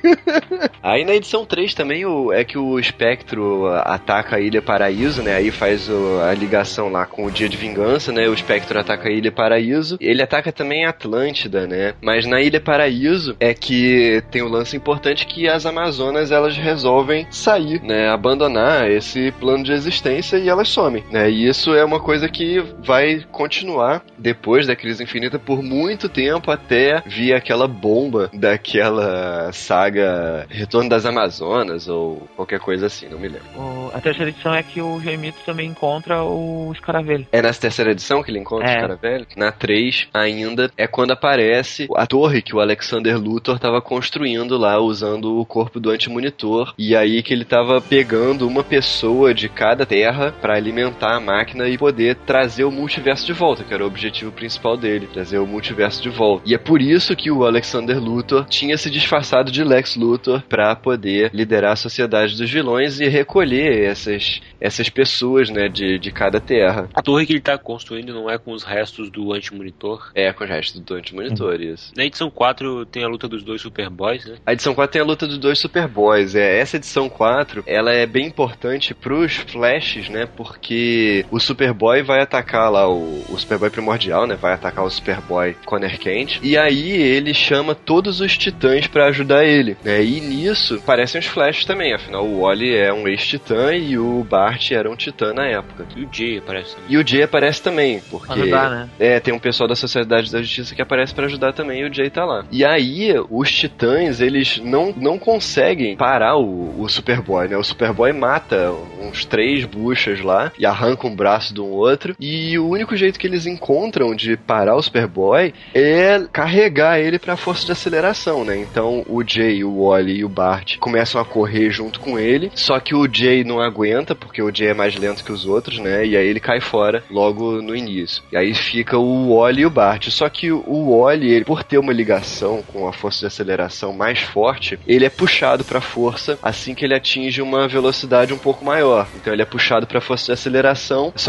Aí na edição 3 também é que o Espectro ataca a Ilha Paraíso, né? Aí faz a ligação lá com o Dia de Vingança, né? O Espectro ataca a Ilha Paraíso. Ele ataca também a Atlântida, né? Mas na Ilha Paraíso é que tem um lance importante que as Amazonas, elas resolvem sair, né? Abandonar esse plano de existência e elas somem, né? E isso é uma coisa que vai continuar depois da Crise Infinita por muito tempo, até vir aquela bomba daquela saga Retorno das Amazonas ou qualquer coisa assim, não me lembro. A terceira edição é que o Gemito também encontra o Escaravelho. É nessa terceira edição que ele encontra o Escaravelho? Na 3 ainda é quando aparece a torre que o Alexander Luthor estava construindo lá, usando o corpo do Antimonitor, e aí que ele estava pegando uma pessoa de cada terra para alimentar a máquina e poder trazer o multiverso de volta, que era o objetivo principal dele, trazer o multiverso de volta. E é por isso que o Alexander Luthor tinha se disfarçado de Lex Luthor para poder liderar a sociedade dos vilões e recolher essas pessoas, né, de cada terra. A torre que ele tá construindo não é com os restos do Antimonitor? É, com os restos do Antimonitor, isso. Na edição 4 tem a luta dos dois Superboys, né? A edição 4 tem a luta dos dois Superboys. Essa edição 4, ela é bem importante pros Flashes, né, porque o Superboy vai atacar lá o Superboy primordial, né, vai atacar o Superboy Conner Kent, e aí ele chama todos os Titãs pra ajudar ele, né, e nisso aparecem os Flashes também, afinal o Wally é um ex-Titã e o Bart era um Titã na época. E o Jay aparece também. E o Jay aparece também, porque ajudar, né? Tem um pessoal da Sociedade da Justiça que aparece pra ajudar também e o Jay tá lá. E aí os Titãs, eles não conseguem parar o Superboy, né, o Superboy mata uns 3 buchas lá e arranca um braço de um outro, e o único jeito que eles encontram de parar o Superboy é carregar ele pra força de aceleração, né? Então o Jay, o Wally e o Bart começam a correr junto com ele, só que o Jay não aguenta, porque o Jay é mais lento que os outros, né? E aí ele cai fora logo no início. E aí fica o Wally e o Bart. Só que o Wally, ele, por ter uma ligação com a força de aceleração mais forte, ele é puxado pra força assim que ele atinge uma velocidade um pouco maior. Então ele é puxado pra força de aceleração, só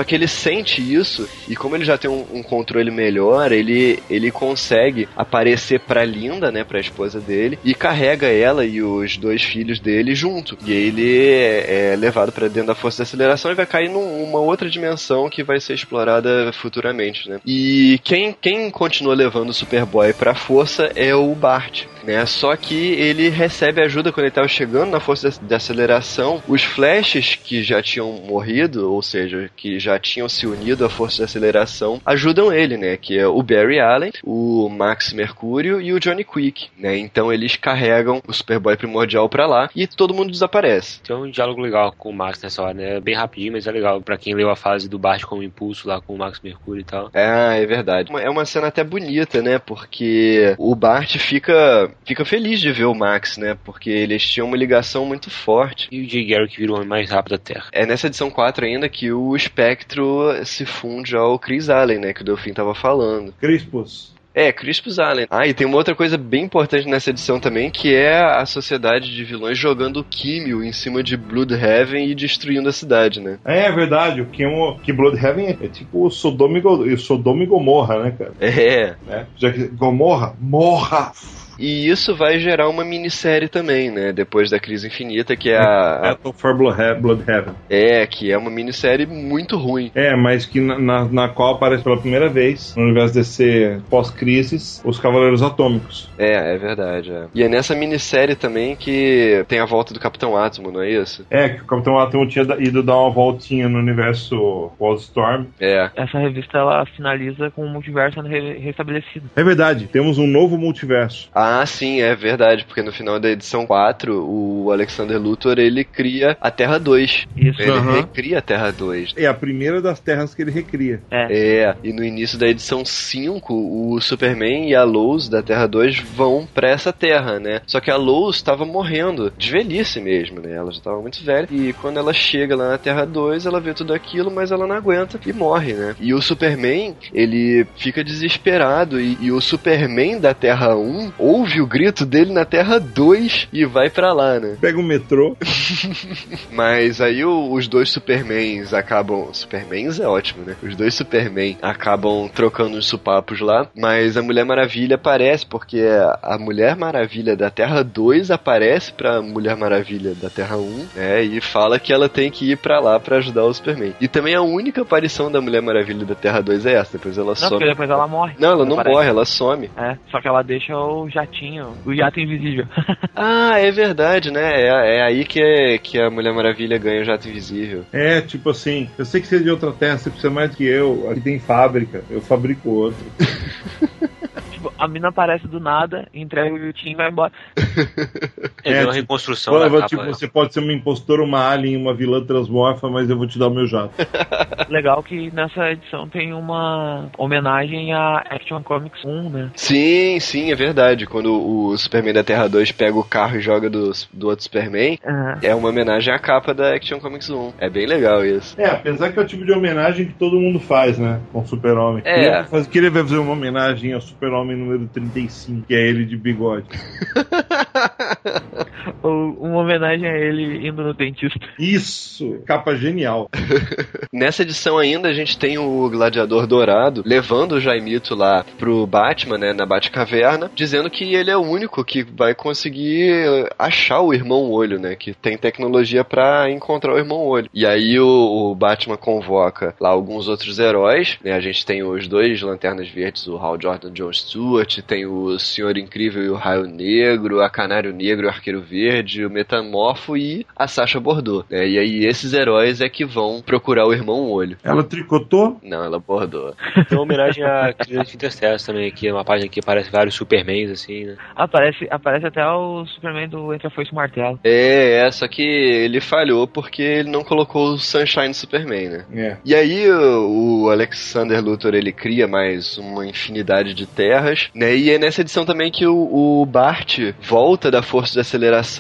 Só que ele sente isso, e como ele já tem um controle melhor, ele consegue aparecer pra Linda, né, pra esposa dele, e carrega ela e os 2 filhos dele junto. E aí ele é levado pra dentro da força de aceleração e vai cair numa outra dimensão que vai ser explorada futuramente, né? E quem continua levando o Superboy pra força é o Bart, né? Só que ele recebe ajuda quando ele estava chegando na força de aceleração. Os Flashes que já tinham morrido, ou seja, que já tinham se unido à força de aceleração, ajudam ele, né? Que é o Barry Allen, o Max Mercúrio e o Johnny Quick, né? Então eles carregam o Superboy primordial pra lá e todo mundo desaparece. Tem um diálogo legal com o Max nessa hora, né? É bem rapidinho, mas é legal pra quem leu a fase do Bart com o impulso lá com o Max Mercúrio e tal. É verdade. É uma cena até bonita, né? Porque o Bart fica feliz de ver o Max, né? Porque eles tinham uma ligação muito forte. E o Jay Garrick virou o homem mais rápido da Terra. É nessa edição 4 ainda que o Espectro se funde ao Chris Allen, né? Que o Delfim tava falando. Crispus. Crispus Allen. E tem uma outra coisa bem importante nessa edição também, que é a sociedade de vilões jogando químio em cima de Bloodhaven e destruindo a cidade, né? É verdade, que Bloodhaven é tipo Sodoma e Gomorra, né, cara? Né? Já que Gomorra, morra! E isso vai gerar uma minissérie também, né? Depois da Crise Infinita, que é a Battle for Bloodhaven. Que é uma minissérie muito ruim. Mas que na qual aparece pela primeira vez, no universo DC pós-crises, os Cavaleiros Atômicos. É verdade. E é nessa minissérie também que tem a volta do Capitão Átomo, não é isso? Que o Capitão Átomo tinha ido dar uma voltinha no universo Wildstorm. Essa revista, ela finaliza com o multiverso sendo restabelecido. É verdade, temos um novo multiverso. Sim, é verdade, porque no final da edição 4, o Alexander Luthor, ele cria a Terra 2. Isso. Ele recria a Terra 2. É a primeira das terras que ele recria. E no início da edição 5, o Superman e a Lois da Terra 2 vão pra essa terra, né? Só que a Lois estava morrendo, de velhice mesmo, né? Ela já estava muito velha, e quando ela chega lá na Terra 2, ela vê tudo aquilo, mas ela não aguenta e morre, né? E o Superman, ele fica desesperado, e o Superman da Terra 1 ouve o grito dele na Terra 2 e vai pra lá, né? Pega o metrô. Mas aí os 2 Supermans acabam... Supermans é ótimo, né? Os 2 Superman acabam trocando os supapos lá, mas a Mulher Maravilha aparece, porque a Mulher Maravilha da Terra 2 aparece pra Mulher Maravilha da Terra 1, né? E fala que ela tem que ir pra lá pra ajudar o Superman. E também a única aparição da Mulher Maravilha da Terra 2 é essa, depois ela some. Porque depois ela morre. Não, ela não morre, ela some. Só que ela deixa o jatinho, o jato invisível. É verdade, né? É aí que a Mulher Maravilha ganha o jato invisível. Tipo assim, eu sei que você é de outra terra, você precisa mais do que eu, aqui tem fábrica, eu fabrico outro. A mina aparece do nada, entrega o jatinho e vai embora. É uma reconstrução da capa. Tipo, você pode ser uma impostora, uma alien, uma vilã transmorfa, mas eu vou te dar o meu jato. Legal que nessa edição tem uma homenagem a Action Comics 1, né? Sim, é verdade. Quando o Superman da Terra 2 pega o carro e joga do outro Superman, é uma homenagem à capa da Action Comics 1. É bem legal isso. Apesar que é o tipo de homenagem que todo mundo faz, né? Com o Super-Homem. Queria fazer uma homenagem ao Super-Homem número 35, que é ele de bigode. Uma homenagem a ele indo no dentista. Isso! Capa genial. Nessa edição ainda a gente tem o Gladiador Dourado levando o Jaimito lá pro Batman, né, na Batcaverna, dizendo que ele é o único que vai conseguir achar o Irmão Olho, né, que tem tecnologia pra encontrar o Irmão Olho. E aí o Batman convoca lá alguns outros heróis, né, a gente tem os 2 Lanternas Verdes, o Hal Jordan e o John Stewart, tem o Senhor Incrível e o Raio Negro, a Canário Negro e o Arqueiro Verde, o Metamorfo e a Sacha Bordou, né, e aí esses heróis é que vão procurar o Irmão Olho. Ela tricotou? Não, ela bordou. Tem uma homenagem à Crise de Interstellar também, aqui é uma página que aparece vários Supermans, assim, né? Aparece até o Superman do Entre a Foice e o Martelo. Só que ele falhou porque ele não colocou o Sunshine Superman, né? E aí o Alexander Luthor, ele cria mais uma infinidade de terras, né? E é nessa edição também que o Bart volta da força de aceleração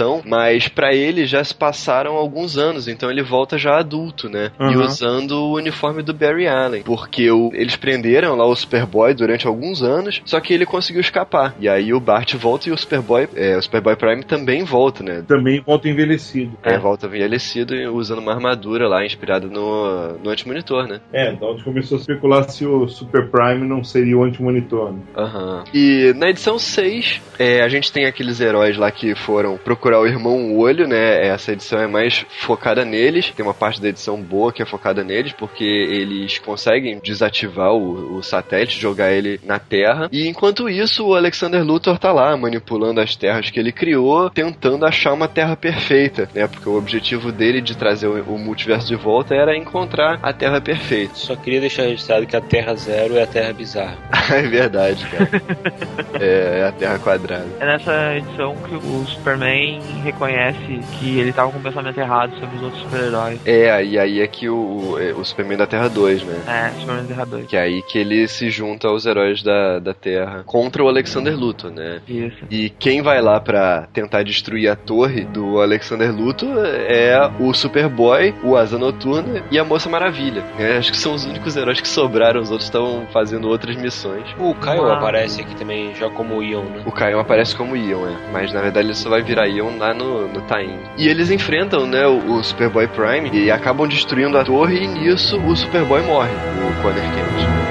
edição, mas pra ele já se passaram alguns anos, então ele volta já adulto, né? E usando o uniforme do Barry Allen, porque eles prenderam lá o Superboy durante alguns anos, só que ele conseguiu escapar. E aí o Bart volta e o Superboy Prime também volta, né? Também volta envelhecido. Volta envelhecido e usando uma armadura lá, inspirada no Anti-Monitor, né? Então começou a especular se o Super Prime não seria o Anti-Monitor, né? E na edição 6, a gente tem aqueles heróis lá que foram procurar o Irmão Olho, né? Essa edição é mais focada neles, tem uma parte da edição boa que é focada neles, porque eles conseguem desativar o satélite, jogar ele na Terra, e enquanto isso o Alexander Luthor tá lá, manipulando as terras que ele criou, tentando achar uma Terra perfeita, né? Porque o objetivo dele de trazer o multiverso de volta era encontrar a Terra perfeita. Só queria deixar registrado que a Terra Zero é a Terra bizarra. É verdade, cara. É a Terra quadrada. É nessa edição que o Superman reconhece que ele tava com um pensamento errado sobre os outros super-heróis. E aí é que o Superman da Terra 2, né? Superman da Terra 2. Que é aí que ele se junta aos heróis da Terra contra o Alexander Luthor, né? Isso. E quem vai lá pra tentar destruir a torre do Alexander Luthor é o Superboy, o Asa Noturna e a Moça Maravilha, né? Acho que são os únicos heróis que sobraram, os outros estavam fazendo outras missões. O Kyle aparece aqui também já como Ion, né? O Kyle aparece como Ion, mas na verdade ele só vai virar Ion lá no tie-in. E eles enfrentam, né, o Superboy Prime e acabam destruindo a torre, e nisso o Superboy morre, o Conner Kent.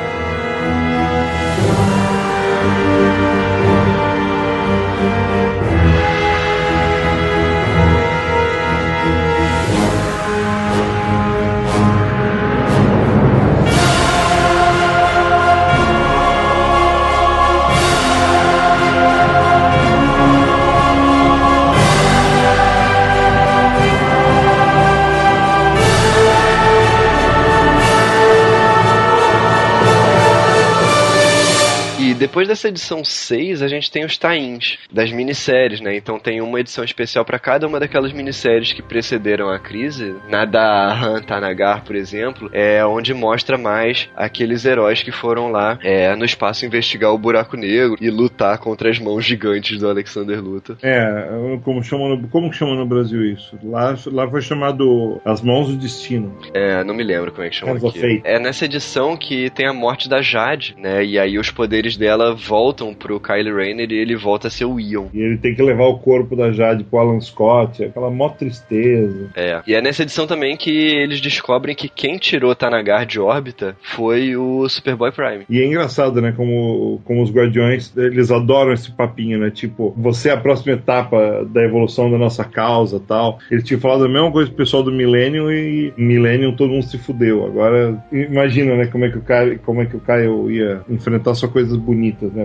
Depois dessa edição 6, a gente tem os tie-ins das minisséries, né? Então tem uma edição especial para cada uma daquelas minisséries que precederam a crise. Na da Han Tanagar, por exemplo, é onde mostra mais aqueles heróis que foram lá no espaço investigar o buraco negro e lutar contra as mãos gigantes do Alexander Luthor. Como que chama no Brasil isso? Lá foi chamado As Mãos do Destino. Não me lembro como é que chama aqui. É nessa edição que tem a morte da Jade, né? E aí os poderes dela voltam pro Kyle Rayner e ele volta a ser o Ion. E ele tem que levar o corpo da Jade pro Alan Scott, aquela mó tristeza. E é nessa edição também que eles descobrem que quem tirou Tanagar de órbita foi o Superboy Prime. E é engraçado, né, como os Guardiões, eles adoram esse papinho, né, tipo, você é a próxima etapa da evolução da nossa causa, tal. Eles tinham falado a mesma coisa pro pessoal do Millennium, e Millennium todo mundo se fudeu. Agora, imagina, né, como é que o Kyle ia enfrentar só coisas bonitas, né?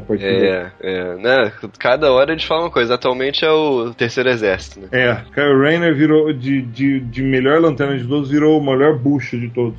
Né? Cada hora eles falam uma coisa. Atualmente é o Terceiro Exército, né? Kyle Rayner virou de melhor Lanterna de todos, virou o melhor bucha de todos.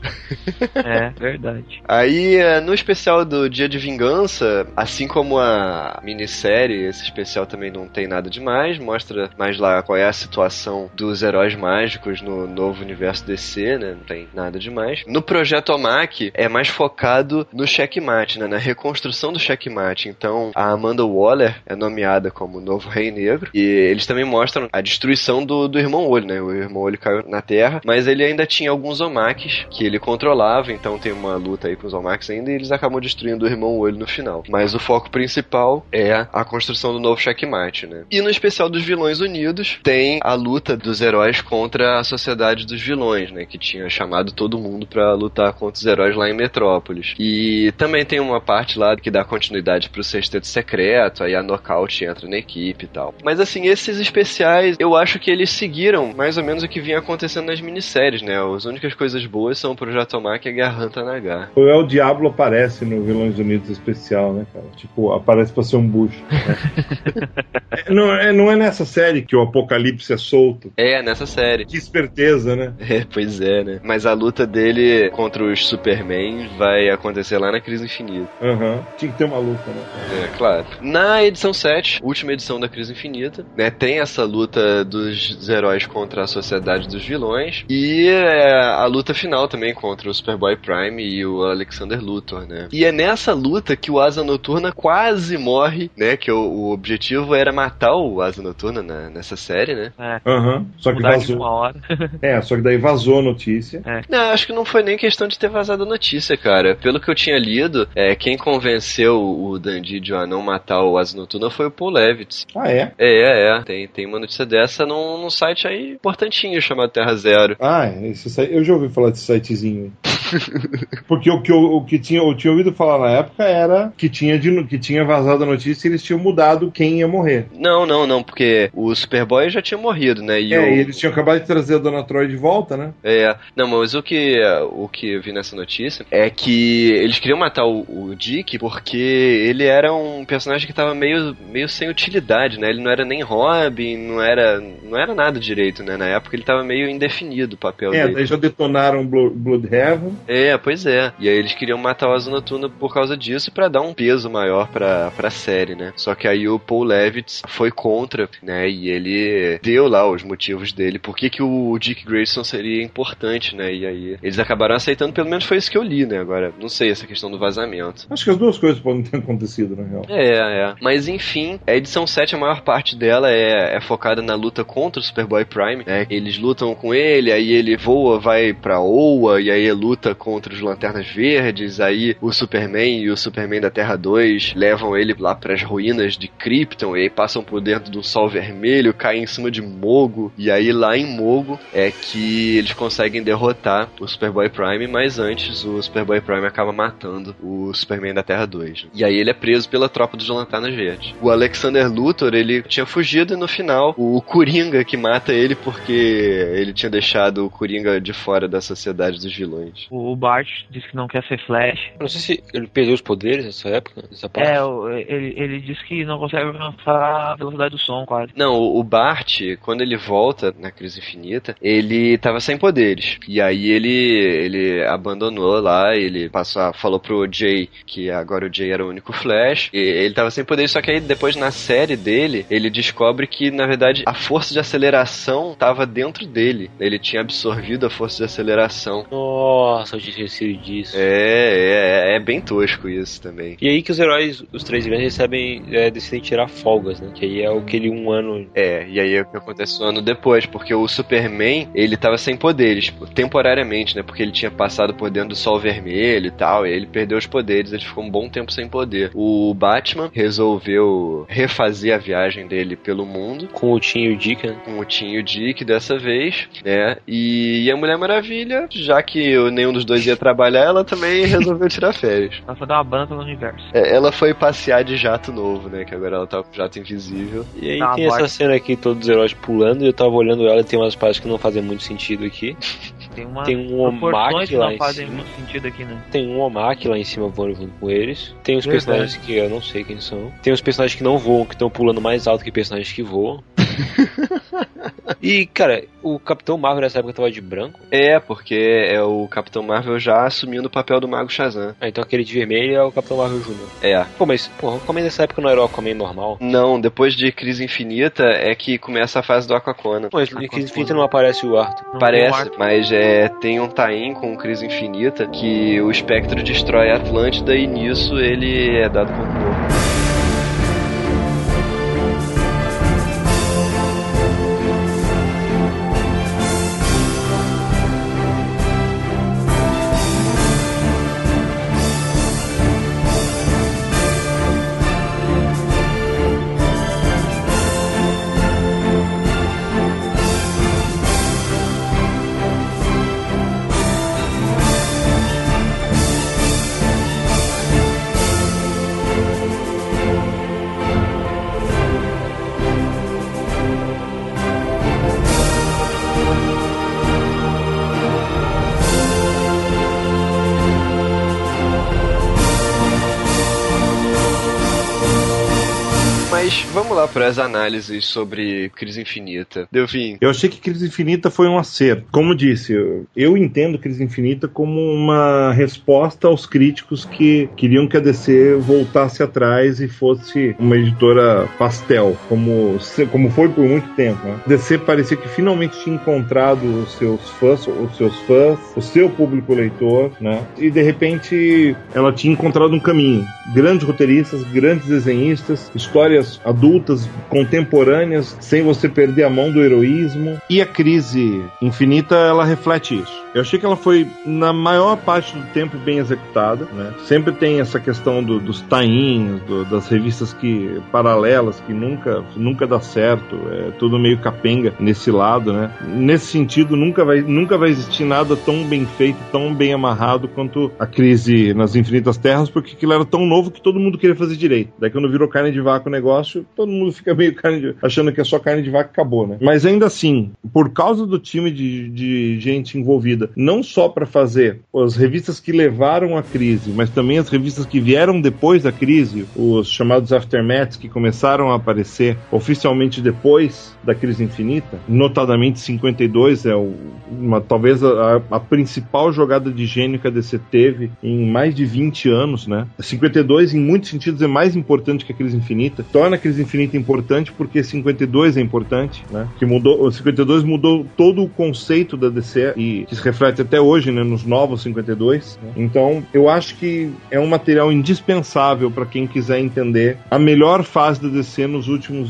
Verdade. Aí, no especial do Dia de Vingança, assim como a minissérie, esse especial também não tem nada demais, mostra mais lá qual é a situação dos heróis mágicos no novo universo DC, né? Não tem nada demais. No Projeto OMAC é mais focado no checkmate, né? Na reconstrução do checkmate. Então, a Amanda Waller é nomeada como novo Rei Negro, e eles também mostram a destruição do Irmão Olho, né? O Irmão Olho caiu na Terra, mas ele ainda tinha alguns Omaques que ele controlava, então tem uma luta aí com os Omaques ainda, e eles acabam destruindo o Irmão Olho no final. Mas o foco principal é a construção do novo checkmate, né? E no especial dos Vilões Unidos, tem a luta dos heróis contra a Sociedade dos Vilões, né? Que tinha chamado todo mundo pra lutar contra os heróis lá em Metrópolis. E também tem uma parte lá que dá continuidade pro Sexteto Secreto, aí a Knockout entra na equipe e tal. Mas assim, esses especiais, eu acho que eles seguiram mais ou menos o que vinha acontecendo nas minisséries, né? As únicas coisas boas são o Projeto OMAC e a Han Tanagar. O El Diablo aparece no Vilões Unidos especial, né, cara? Tipo, aparece pra ser um bucho. Né? não é nessa série que o Apocalipse é solto? É, nessa série. Que esperteza, né? Pois é, né? Mas a luta dele contra os Superman vai acontecer lá na Crise Infinita. Tinha que ter uma luta. luta, né? É, claro. Na edição 7, última edição da Crise Infinita, né, tem essa luta dos heróis contra a sociedade dos vilões e a luta final também contra o Superboy Prime e o Alexander Luthor, né? E é nessa luta que o Asa Noturna quase morre, né? Que o objetivo era matar o Asa Noturna nessa série, né? Só que Mudar de vazou. uma hora. Só que daí vazou a notícia. Não, acho que não foi nem questão de ter vazado a notícia, cara. Pelo que eu tinha lido, quem convenceu o Dan Didio a não matar o Asa Noturna foi o Paul Levitz. Ah, é? Tem uma notícia dessa num site aí importantinho chamado Terra Zero. Esse site, eu já ouvi falar desse sitezinho. Porque eu tinha ouvido falar na época era que tinha vazado a notícia e eles tinham mudado quem ia morrer. Não, porque o Superboy já tinha morrido, né? E eles tinham acabado de trazer a Dona Troy de volta, né? Não, mas o que eu vi nessa notícia é que eles queriam matar o Dick porque ele era um personagem que tava meio sem utilidade, né? Ele não era nem Robin, não era nada direito, né? Na época ele tava meio indefinido o papel dele. Daí já detonaram Bloodhaven. Pois é. E aí eles queriam matar o Asa Noturna por causa disso pra dar um peso maior pra série, né? Só que aí o Paul Levitz foi contra, né? E ele deu lá os motivos dele, por que o Dick Grayson seria importante, né? E aí eles acabaram aceitando, pelo menos foi isso que eu li, né? Agora, não sei essa questão do vazamento. Acho que as duas coisas podem ter acontecido, na real. Mas enfim, a edição 7, a maior parte dela é focada na luta contra o Superboy Prime, né? Eles lutam com ele, aí ele voa, vai pra Oa, e aí luta contra os Lanternas Verdes, aí o Superman e o Superman da Terra 2 levam ele lá pras ruínas de Krypton, e aí passam por dentro do Sol Vermelho, caem em cima de Mogo, e aí lá em Mogo é que eles conseguem derrotar o Superboy Prime, mas antes o Superboy Prime acaba matando o Superman da Terra 2. E aí ele é preso pela tropa dos Lanternas Verdes. O Alexander Luthor, ele tinha fugido e no final o Coringa que mata ele porque ele tinha deixado o Coringa de fora da sociedade dos vilões. O Bart disse que não quer ser Flash. Não sei se ele perdeu os poderes nessa época, nessa parte. Ele disse que não consegue alcançar a velocidade do som, quase. Não, o Bart, quando ele volta na Crise Infinita, ele tava sem poderes. E aí ele abandonou lá, ele falou pro Jay que agora o Jay era o único Flash. E ele tava sem poderes, só que aí depois na série dele, ele descobre que na verdade a força de aceleração tava dentro dele. Ele tinha absorvido a força de aceleração. Nossa, eu tinha esquecido disso. É bem tosco isso também. E aí que os heróis, os três grandes, decidem tirar folgas, né? Que aí é aquele um ano... E aí é o que acontece um ano depois, porque o Superman, ele tava sem poderes, temporariamente, né? Porque ele tinha passado por dentro do Sol Vermelho e tal, e ele perdeu os poderes, ele ficou um bom tempo sem poder. O Batman resolveu refazer a viagem dele pelo mundo. Com o Tim e o Dick, né? Com o Tim e o Dick dessa vez, né? E a Mulher Maravilha, já que nenhum dos dois ia trabalhar, ela também resolveu tirar férias. Ela foi dar uma banda no universo. Ela foi passear de jato novo, né? Que agora ela tá com jato invisível. E aí tem essa cena aqui, todos os heróis pulando, e eu tava olhando ela e tem umas partes que não fazem muito sentido aqui. Tem um Omaki lá em fazem cima. muito sentido aqui, né? Tem um Omaki lá em cima voando junto com eles. Tem os personagens que eu não sei quem são. Tem os personagens que não voam, que estão pulando mais alto que personagens que voam. E, cara, o Capitão Marvel nessa época tava de branco? Porque é o Capitão Marvel já assumindo o papel do Mago Shazam. Então aquele de vermelho é o Capitão Marvel Jr. Pô, mas, o Aquaman nessa época não era o Aquaman normal? Não, depois de Crise Infinita é que começa a fase do Aquaconan. Mas em Crise Infinita não aparece o Arthur. Parece, mas tem um tie-in com Crise Infinita que o Espectro destrói a Atlântida e nisso ele é dado como morto. Mas vamos lá para as análises sobre Crise Infinita. Delfim. Eu achei que Crise Infinita foi um acerto. Como disse, eu entendo Crise Infinita como uma resposta aos críticos que queriam que a DC voltasse atrás e fosse uma editora pastel, como foi por muito tempo, né? DC parecia que finalmente tinha encontrado os seus fãs, o seu público leitor, né? E de repente ela tinha encontrado um caminho. Grandes roteiristas, grandes desenhistas, histórias adultas, contemporâneas, sem você perder a mão do heroísmo. E a Crise Infinita, ela reflete isso. Eu achei que ela foi, na maior parte do tempo, bem executada, né? Sempre tem essa questão dos tie-ins, das revistas paralelas, que nunca dá certo. É tudo meio capenga nesse lado, né? Nesse sentido, nunca vai existir nada tão bem feito, tão bem amarrado quanto a Crise nas Infinitas Terras, porque aquilo era tão novo que todo mundo queria fazer direito. Daí quando virou carne de vaca o negócio, todo mundo fica meio achando que é só carne de vaca e acabou, né? Mas ainda assim, por causa do time de gente envolvida, não só para fazer as revistas que levaram a crise, mas também as revistas que vieram depois da crise, os chamados aftermaths que começaram a aparecer oficialmente depois da Crise Infinita, notadamente 52 é talvez a principal jogada de gênio que a DC teve em mais de 20 anos, né? 52 em muitos sentidos é mais importante que a Crise Infinita, torna a Crise Infinita importante porque 52 é importante, né? O 52 mudou todo o conceito da DC e que se reflete até hoje, né, nos novos 52, né? Então eu acho que é um material indispensável para quem quiser entender a melhor fase da DC nos últimos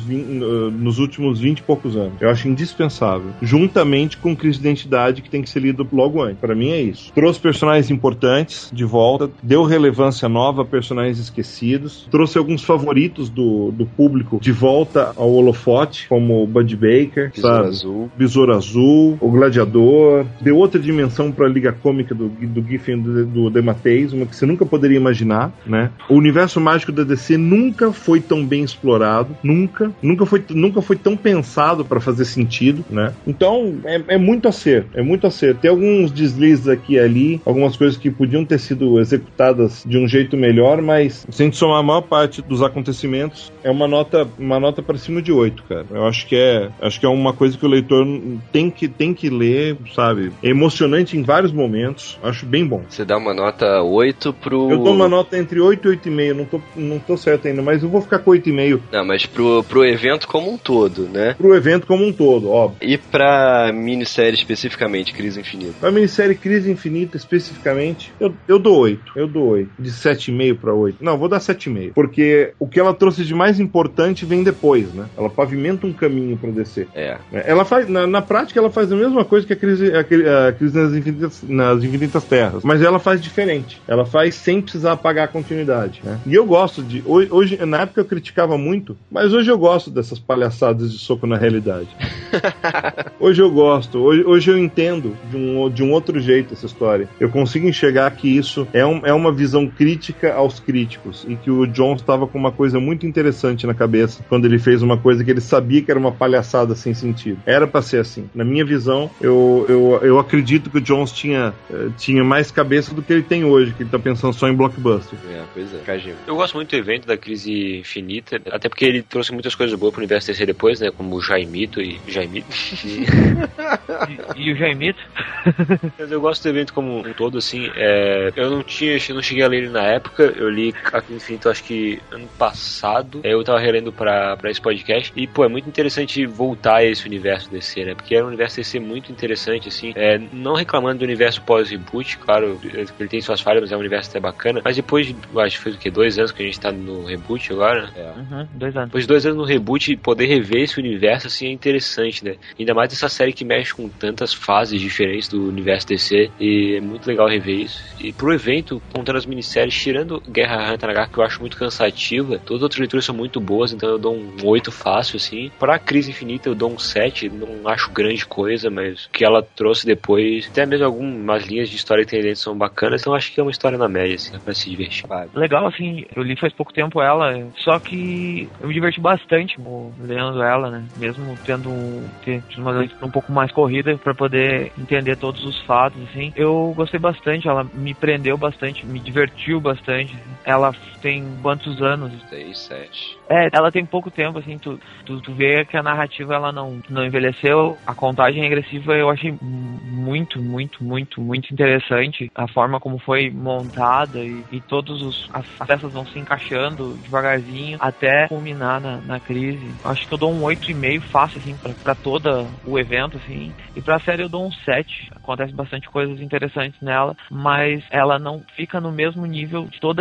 20 e poucos anos. Eu acho indispensável, juntamente com Crise de Identidade, que tem que ser lido logo antes. Para mim é isso. Trouxe personagens importantes de volta, deu relevância nova a personagens esquecidos, trouxe alguns favoritos do público de volta ao holofote, como o Bud Baker, Besouro Azul, o Gladiador, deu outra dimensão para a Liga Cômica do Giffen do DeMatteis, uma que você nunca poderia imaginar, né? O universo mágico da DC nunca foi tão bem explorado, nunca foi tão pensado para fazer sentido, né? Então é muito acerto. Tem alguns deslizes aqui e ali, algumas coisas que podiam ter sido executadas de um jeito melhor, mas se a gente somar a maior parte dos acontecimentos, é uma nota para cima de 8, cara. Eu acho que é uma coisa que o leitor tem que ler, sabe? É emocionante em vários momentos, acho bem bom. Você dá uma nota 8 pro... Eu dou uma nota entre 8 e 8,5, não tô certo ainda, mas eu vou ficar com 8,5. Não, mas pro evento como um todo, né? Pro evento como um todo, óbvio. E pra minissérie especificamente, Crise Infinita? Pra minissérie Crise Infinita especificamente, eu dou 8. De 7,5 pra 8. Não, vou dar 7,5. Porque o que ela trouxe de mais importante vem depois, né? Ela pavimenta um caminho pra descer. Ela faz, na prática, ela faz a mesma coisa que a Crise nas Infinitas Terras. Mas ela faz diferente. Ela faz sem precisar apagar a continuidade, né? E eu gosto de... Hoje, na época eu criticava muito, mas hoje eu gosto dessas palhaçadas de soco na realidade. Hoje eu gosto. Hoje eu entendo de um outro jeito essa história. Eu consigo enxergar que isso é uma visão crítica aos críticos e que o John estava com uma coisa muito interessante na cabeça quando ele fez uma coisa que ele sabia que era uma palhaçada sem sentido. Era pra ser assim. Na minha visão, eu acredito que o Jones tinha mais cabeça do que ele tem hoje, que ele tá pensando só em blockbuster. Pois é. Cajinho. Eu gosto muito do evento da Crise Infinita, até porque ele trouxe muitas coisas boas pro universo DC depois, né? Como o Jaimito e o Jaimito. E o Jaimito? Mas eu gosto do evento como um todo, assim. Eu não cheguei a ler ele na época. Eu li a Crise Infinita, acho que ano passado. Eu tava relendo pra esse podcast. E, pô, é muito interessante voltar a esse universo DC, né? Porque era um universo DC muito interessante, assim. Não reclamando do universo pós-reboot, claro, ele tem suas falhas, mas é um universo até bacana. Mas depois, acho que fez o quê? 2 anos que a gente tá no reboot agora? 2 anos. Depois de 2 anos no reboot, poder rever esse universo, assim, é interessante, né? Ainda mais essa série que mexe com tantas fases diferentes do universo DC, e é muito legal rever isso. E pro evento, contando as minisséries, tirando Guerra Ragnarok, que eu acho muito cansativa, todas as outras leituras são muito boas, então eu dou um 8 fácil, assim. Pra Crise Infinita eu dou um 7, não acho grande coisa, mas o que ela trouxe depois, até mesmo algumas linhas de história que tem dentro são bacanas, então acho que é uma história na média, assim, pra se divertir. Legal, assim, eu li faz pouco tempo ela, só que eu me diverti bastante lendo ela, né, mesmo tendo uma leitura um pouco mais corrida pra poder entender todos os fatos, assim, eu gostei bastante, ela me prendeu bastante, me divertiu bastante. Ela tem quantos anos? 6, 7. Ela tem pouco tempo, assim, tu vê que a narrativa ela não envelheceu. A contagem regressiva eu achei muito interessante. A forma como foi montada e todos as peças vão se encaixando devagarzinho até culminar na crise. Acho que eu dou um 8,5 fácil, assim, pra todo o evento, assim. E pra série eu dou um 7. Acontece bastante coisas interessantes nela, mas ela não fica no mesmo nível de toda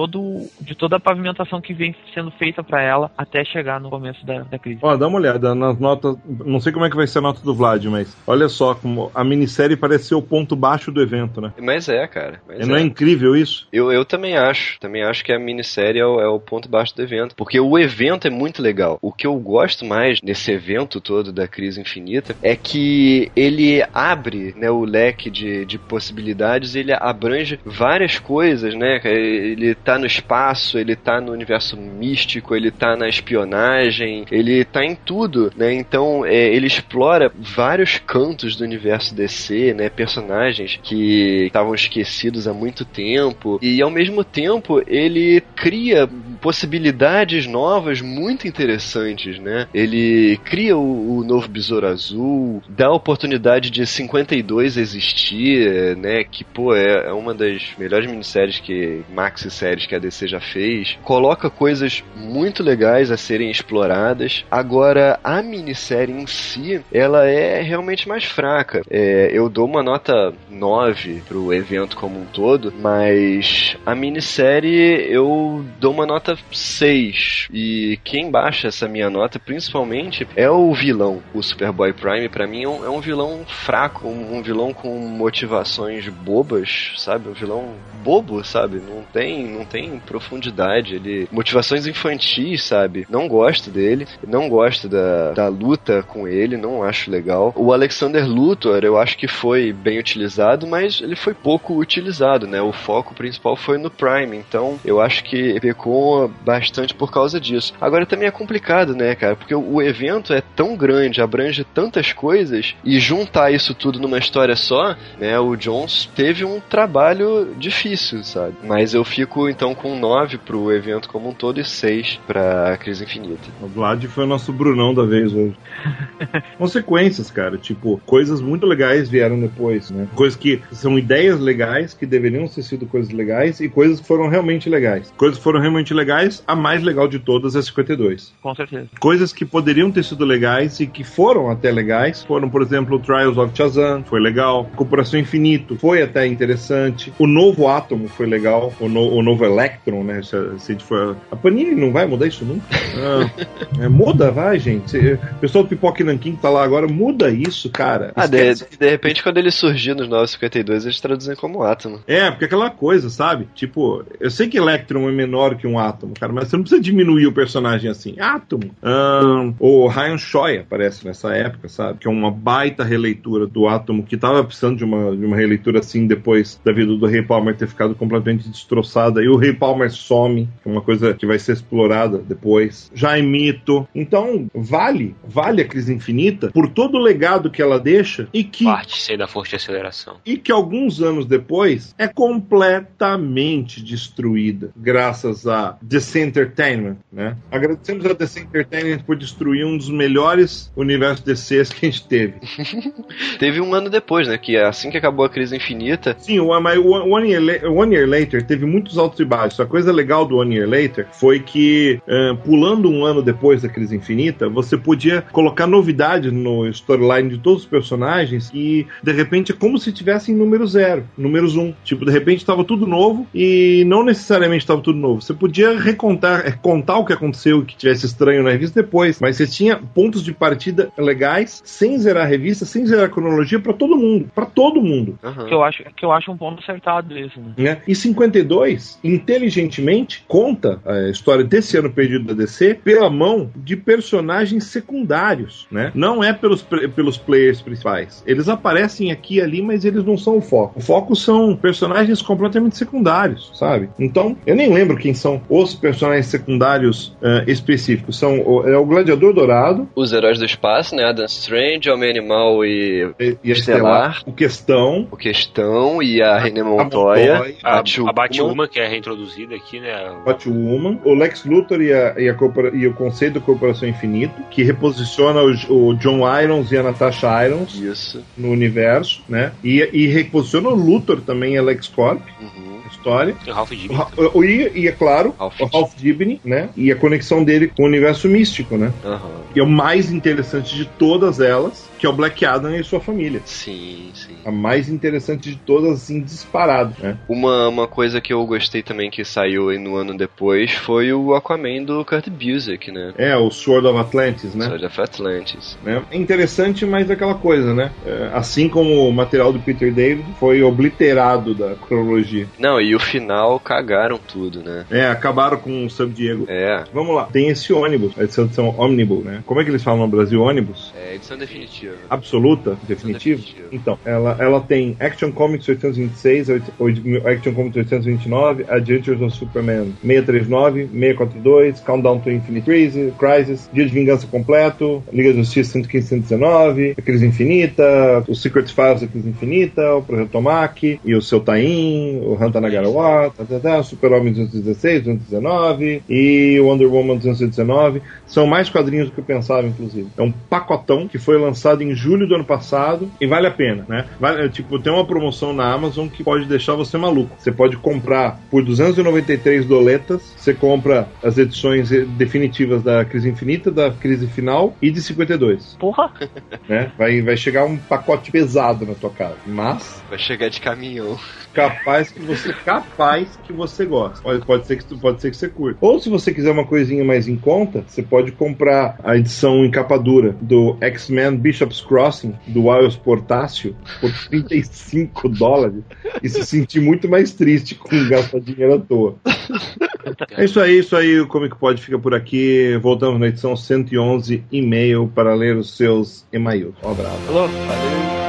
a pavimentação que vem sendo feita pra ela até chegar no começo da crise. Ó, dá uma olhada nas notas, não sei como é que vai ser a nota do Vlad, mas olha só como a minissérie parece ser o ponto baixo do evento, né? Mas cara. Não é incrível isso? Eu também acho que a minissérie é o ponto baixo do evento, porque o evento é muito legal. O que eu gosto mais nesse evento todo da Crise Infinita é que ele abre, né, o leque de possibilidades, ele abrange várias coisas, né? Ele tá no espaço, ele tá no universo místico, ele tá na espionagem, ele tá em tudo, né? Então ele explora vários cantos do universo DC, né? Personagens que estavam esquecidos há muito tempo, e ao mesmo tempo ele cria possibilidades novas muito interessantes, né? Ele cria o novo Besouro Azul, dá a oportunidade de 52 existir, né? Que, pô, é uma das melhores minisséries maxi-séries que a DC já fez. Coloca coisas muito legais a serem exploradas. Agora, a minissérie em si, ela é realmente mais fraca. Eu dou uma nota 9 pro evento como um todo, mas a minissérie eu dou uma nota 6. E quem baixa essa minha nota, principalmente, é o vilão. O Superboy Prime, pra mim, é um vilão fraco, um vilão com motivações bobas, sabe? Um vilão bobo, sabe? Não tem profundidade. Motivações infantis, sabe? Não gosto dele, não gosto da luta com ele, não acho legal. O Alexander Luthor, eu acho que foi bem utilizado, mas ele foi pouco utilizado, né? O foco principal foi no Prime, então eu acho que pecou bastante por causa disso. Agora também é complicado, né, cara? Porque o evento é tão grande, abrange tantas coisas, e juntar isso tudo numa história só, né? O Jones teve um trabalho difícil, sabe? Mas eu fico, então, com 9 pro evento como um todo e 6 pra Crise Infinita. O Vlad foi o nosso Brunão da vez hoje. Consequências, cara. Tipo, coisas muito legais vieram depois, né? Coisas que são ideias legais, que deveriam ter sido coisas legais, e coisas que foram realmente legais. Coisas que foram realmente legais, a mais legal de todas é 52. Com certeza. Coisas que poderiam ter sido legais e que foram até legais, foram, por exemplo, o Trials of Shazam, foi legal. Corporação Infinito, foi até interessante. O novo Átomo foi legal. O novo Electron, né? Se a gente for... A Panini não vai mudar isso nunca. Muda, vai, gente. O pessoal do Pipoca e Nanquim que tá lá agora, muda isso, cara. De repente, quando ele surgir nos 952, eles traduzem como Átomo. Porque aquela coisa, sabe? Tipo, eu sei que Electron é menor que um átomo, cara, mas você não precisa diminuir o personagem assim. Átomo. O Ryan Choi aparece nessa época, sabe? Que é uma baita releitura do Átomo, que tava precisando de uma releitura assim depois da vida do Ray Palmer ter ficado completamente destroçada. E o Ray Palmer some, que é uma coisa que vai ser explorada depois. Já é mito. Então, vale a Crise Infinita por todo o legado que ela deixa e que... Parte da força de aceleração. E que alguns anos depois é completamente destruída, graças a DC Entertainment, né? Agradecemos a DC Entertainment por destruir um dos melhores universos DCs que a gente teve. Teve um ano depois, né? Que assim que acabou a Crise Infinita... Sim, mas o One Year Later teve muitos altos e baixos. A coisa legal do One Year Later foi que, pulando um ano depois da Crise Infinita, você podia colocar novidades no storyline de todos os personagens e, de repente, é como se tivesse em número 0, números 1. Tipo, de repente estava tudo novo e não necessariamente estava tudo novo. Você podia contar o que aconteceu, o que tivesse estranho na revista depois, mas você tinha pontos de partida legais, sem zerar a revista, sem zerar a cronologia, pra todo mundo. Pra todo mundo. Uhum. Que eu acho um ponto acertado isso, né? E 52, inteligentemente, conta a história desse ano perdido da DC pela mão de personagens secundários, né? Não é pelos players principais. Eles aparecem aqui e ali, mas eles não são o foco. O foco são personagens completamente secundários, sabe? Então, eu nem lembro quem são os personagens secundários específicos. São o Gladiador Dourado, os Heróis do Espaço, né? Adam Strange, Homem-Animal e Estelar. O Questão e a René Montoya. A Batwoman, que é reintroduzida aqui, né? Batwoman. O Lex Luthor Luthor e o Conceito da Corporação Infinito, que reposiciona o John Irons e a Natasha Irons no universo, né? E reposiciona o Luthor também, a LexCorp. História. O Ralph Dibny. E é claro, o Ralph Dibny, né? E a conexão dele com o universo místico, né? E é o mais interessante de todas elas, que é o Black Adam e sua família. Sim, sim. A mais interessante de todas, assim, disparado, né? Uma coisa que eu gostei também que saiu aí no ano depois foi o Aquaman do Kurt Busiek, né? O Sword of Atlantis, né? Sword of Atlantis. É interessante, mas aquela coisa, né? Assim como o material do Peter David foi obliterado da cronologia. Não, e o final cagaram tudo, né? Acabaram com o San Diego. Vamos lá. Tem esse ônibus, a edição Omnibus, né? Como é que eles falam no Brasil? Ônibus? Edição definitiva. Absoluta? Definitiva? Então, ela tem Action Comics 826, Action Comics 829, Adventures of Superman 639, 642, Countdown to Infinite Crisis, Dia de Vingança Completo, Liga da Justiça 115, 119, A Crise Infinita, o Secret Files da Crise Infinita, o Projeto Tomaki e o seu Tain, o Hanta Nagarawa, Super-Homem 216, 219 e Wonder Woman 219. São mais quadrinhos do que eu pensava, inclusive. É um pacotão que foi lançado em julho do ano passado e vale a pena, né? Tem uma promoção na Amazon que pode deixar você maluco. Você pode comprar por 293 doletas, você compra as edições definitivas da Crise Infinita, da Crise Final e de 52. Porra! Né? Vai chegar um pacote pesado na tua casa, mas... Vai chegar de caminhão. Capaz que você gosta. Pode ser que você curta. Ou se você quiser uma coisinha mais em conta, você pode comprar a edição em capa dura do X-Men Bishop's Crossing, do Wiles Portácio, por $35 e se sentir muito mais triste com gastar dinheiro à toa. É isso aí, o Comic Pod fica por aqui. Voltamos na edição 111, e-mail para ler os seus e-mails. Um abraço. Falou, valeu.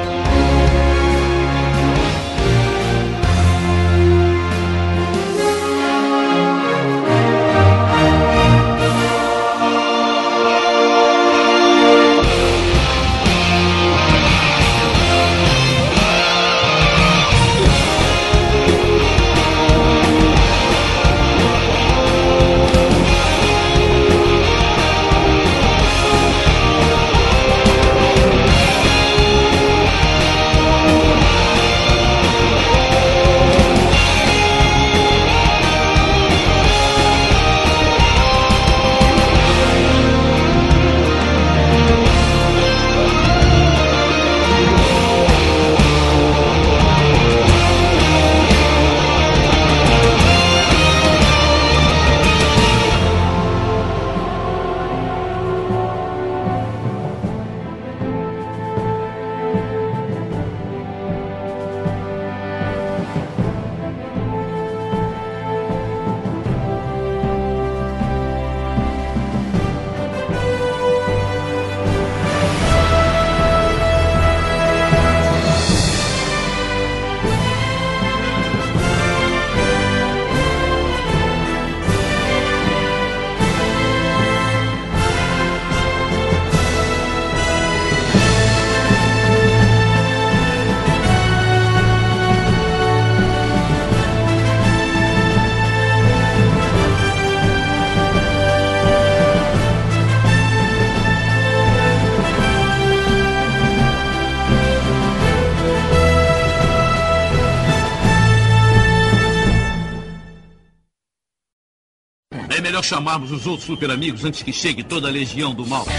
É melhor chamarmos os outros super amigos antes que chegue toda a legião do mal.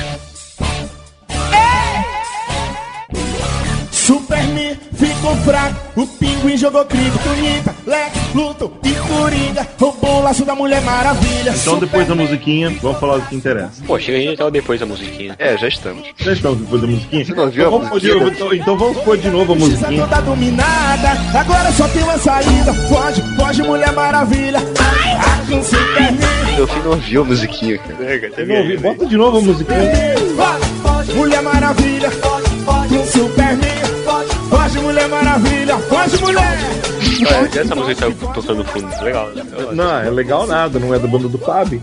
Superman ficou fraco, o Pinguim jogou Kryptonita, Lex, Luthor e Coringa roubou o laço da Mulher Maravilha. Então depois da musiquinha, vamos falar do que interessa. Pô, chega a gente até depois da musiquinha. Já estamos. Já estamos depois da musiquinha? Você não viu então, então vamos pôr de novo a musiquinha. Toda dominada, agora só tem uma saída. Foge Mulher Maravilha. Ai, com Superman. Meu filho não ouviu a musiquinha, cara. Bota de novo a musiquinha. Mulher Maravilha, com Superman. Foge Mulher Maravilha, foge mulher. Essa música tá tocando no fundo, legal, né? Não, é legal nada, não é da banda do Fábio.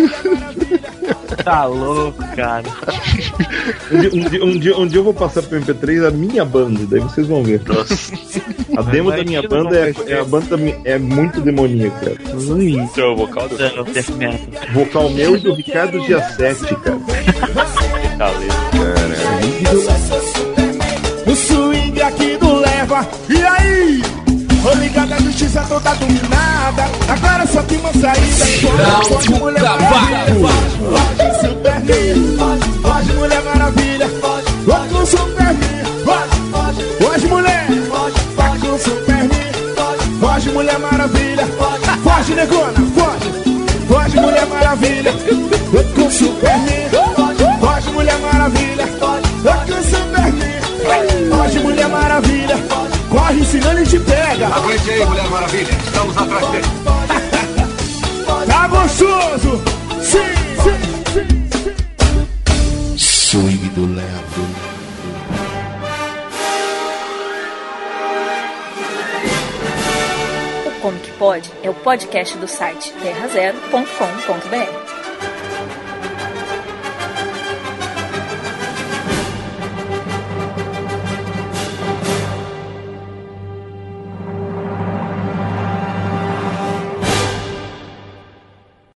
Tá louco, cara. Um dia eu vou passar pro MP3 a minha banda, daí vocês vão ver. Nossa. A demo da minha banda a banda é muito demoníaca. Então, o vocal do Death Metal. Vocal meu e do Ricardo Giacetti, cara. O swing aqui do Leva. E aí? Obrigado, a justiça toda dominada. Agora só tem uma saída. Pode mulher maravilha. Pode Superman. Pode mulher maravilha. Pode com Superman. Pode mulher. Pode com Superman. Pode mulher maravilha. Pode negona. Pode mulher maravilha. Pode com Superman. Pode mulher maravilha. Pode com Superman. Pode mulher maravilha. Corre, senão ele te pega. Aguente aí, Mulher Maravilha. Estamos atrás dele. Tá gostoso? Sim. Swing do Levo. O Como Que Pode é o podcast do site terrazero.com.br.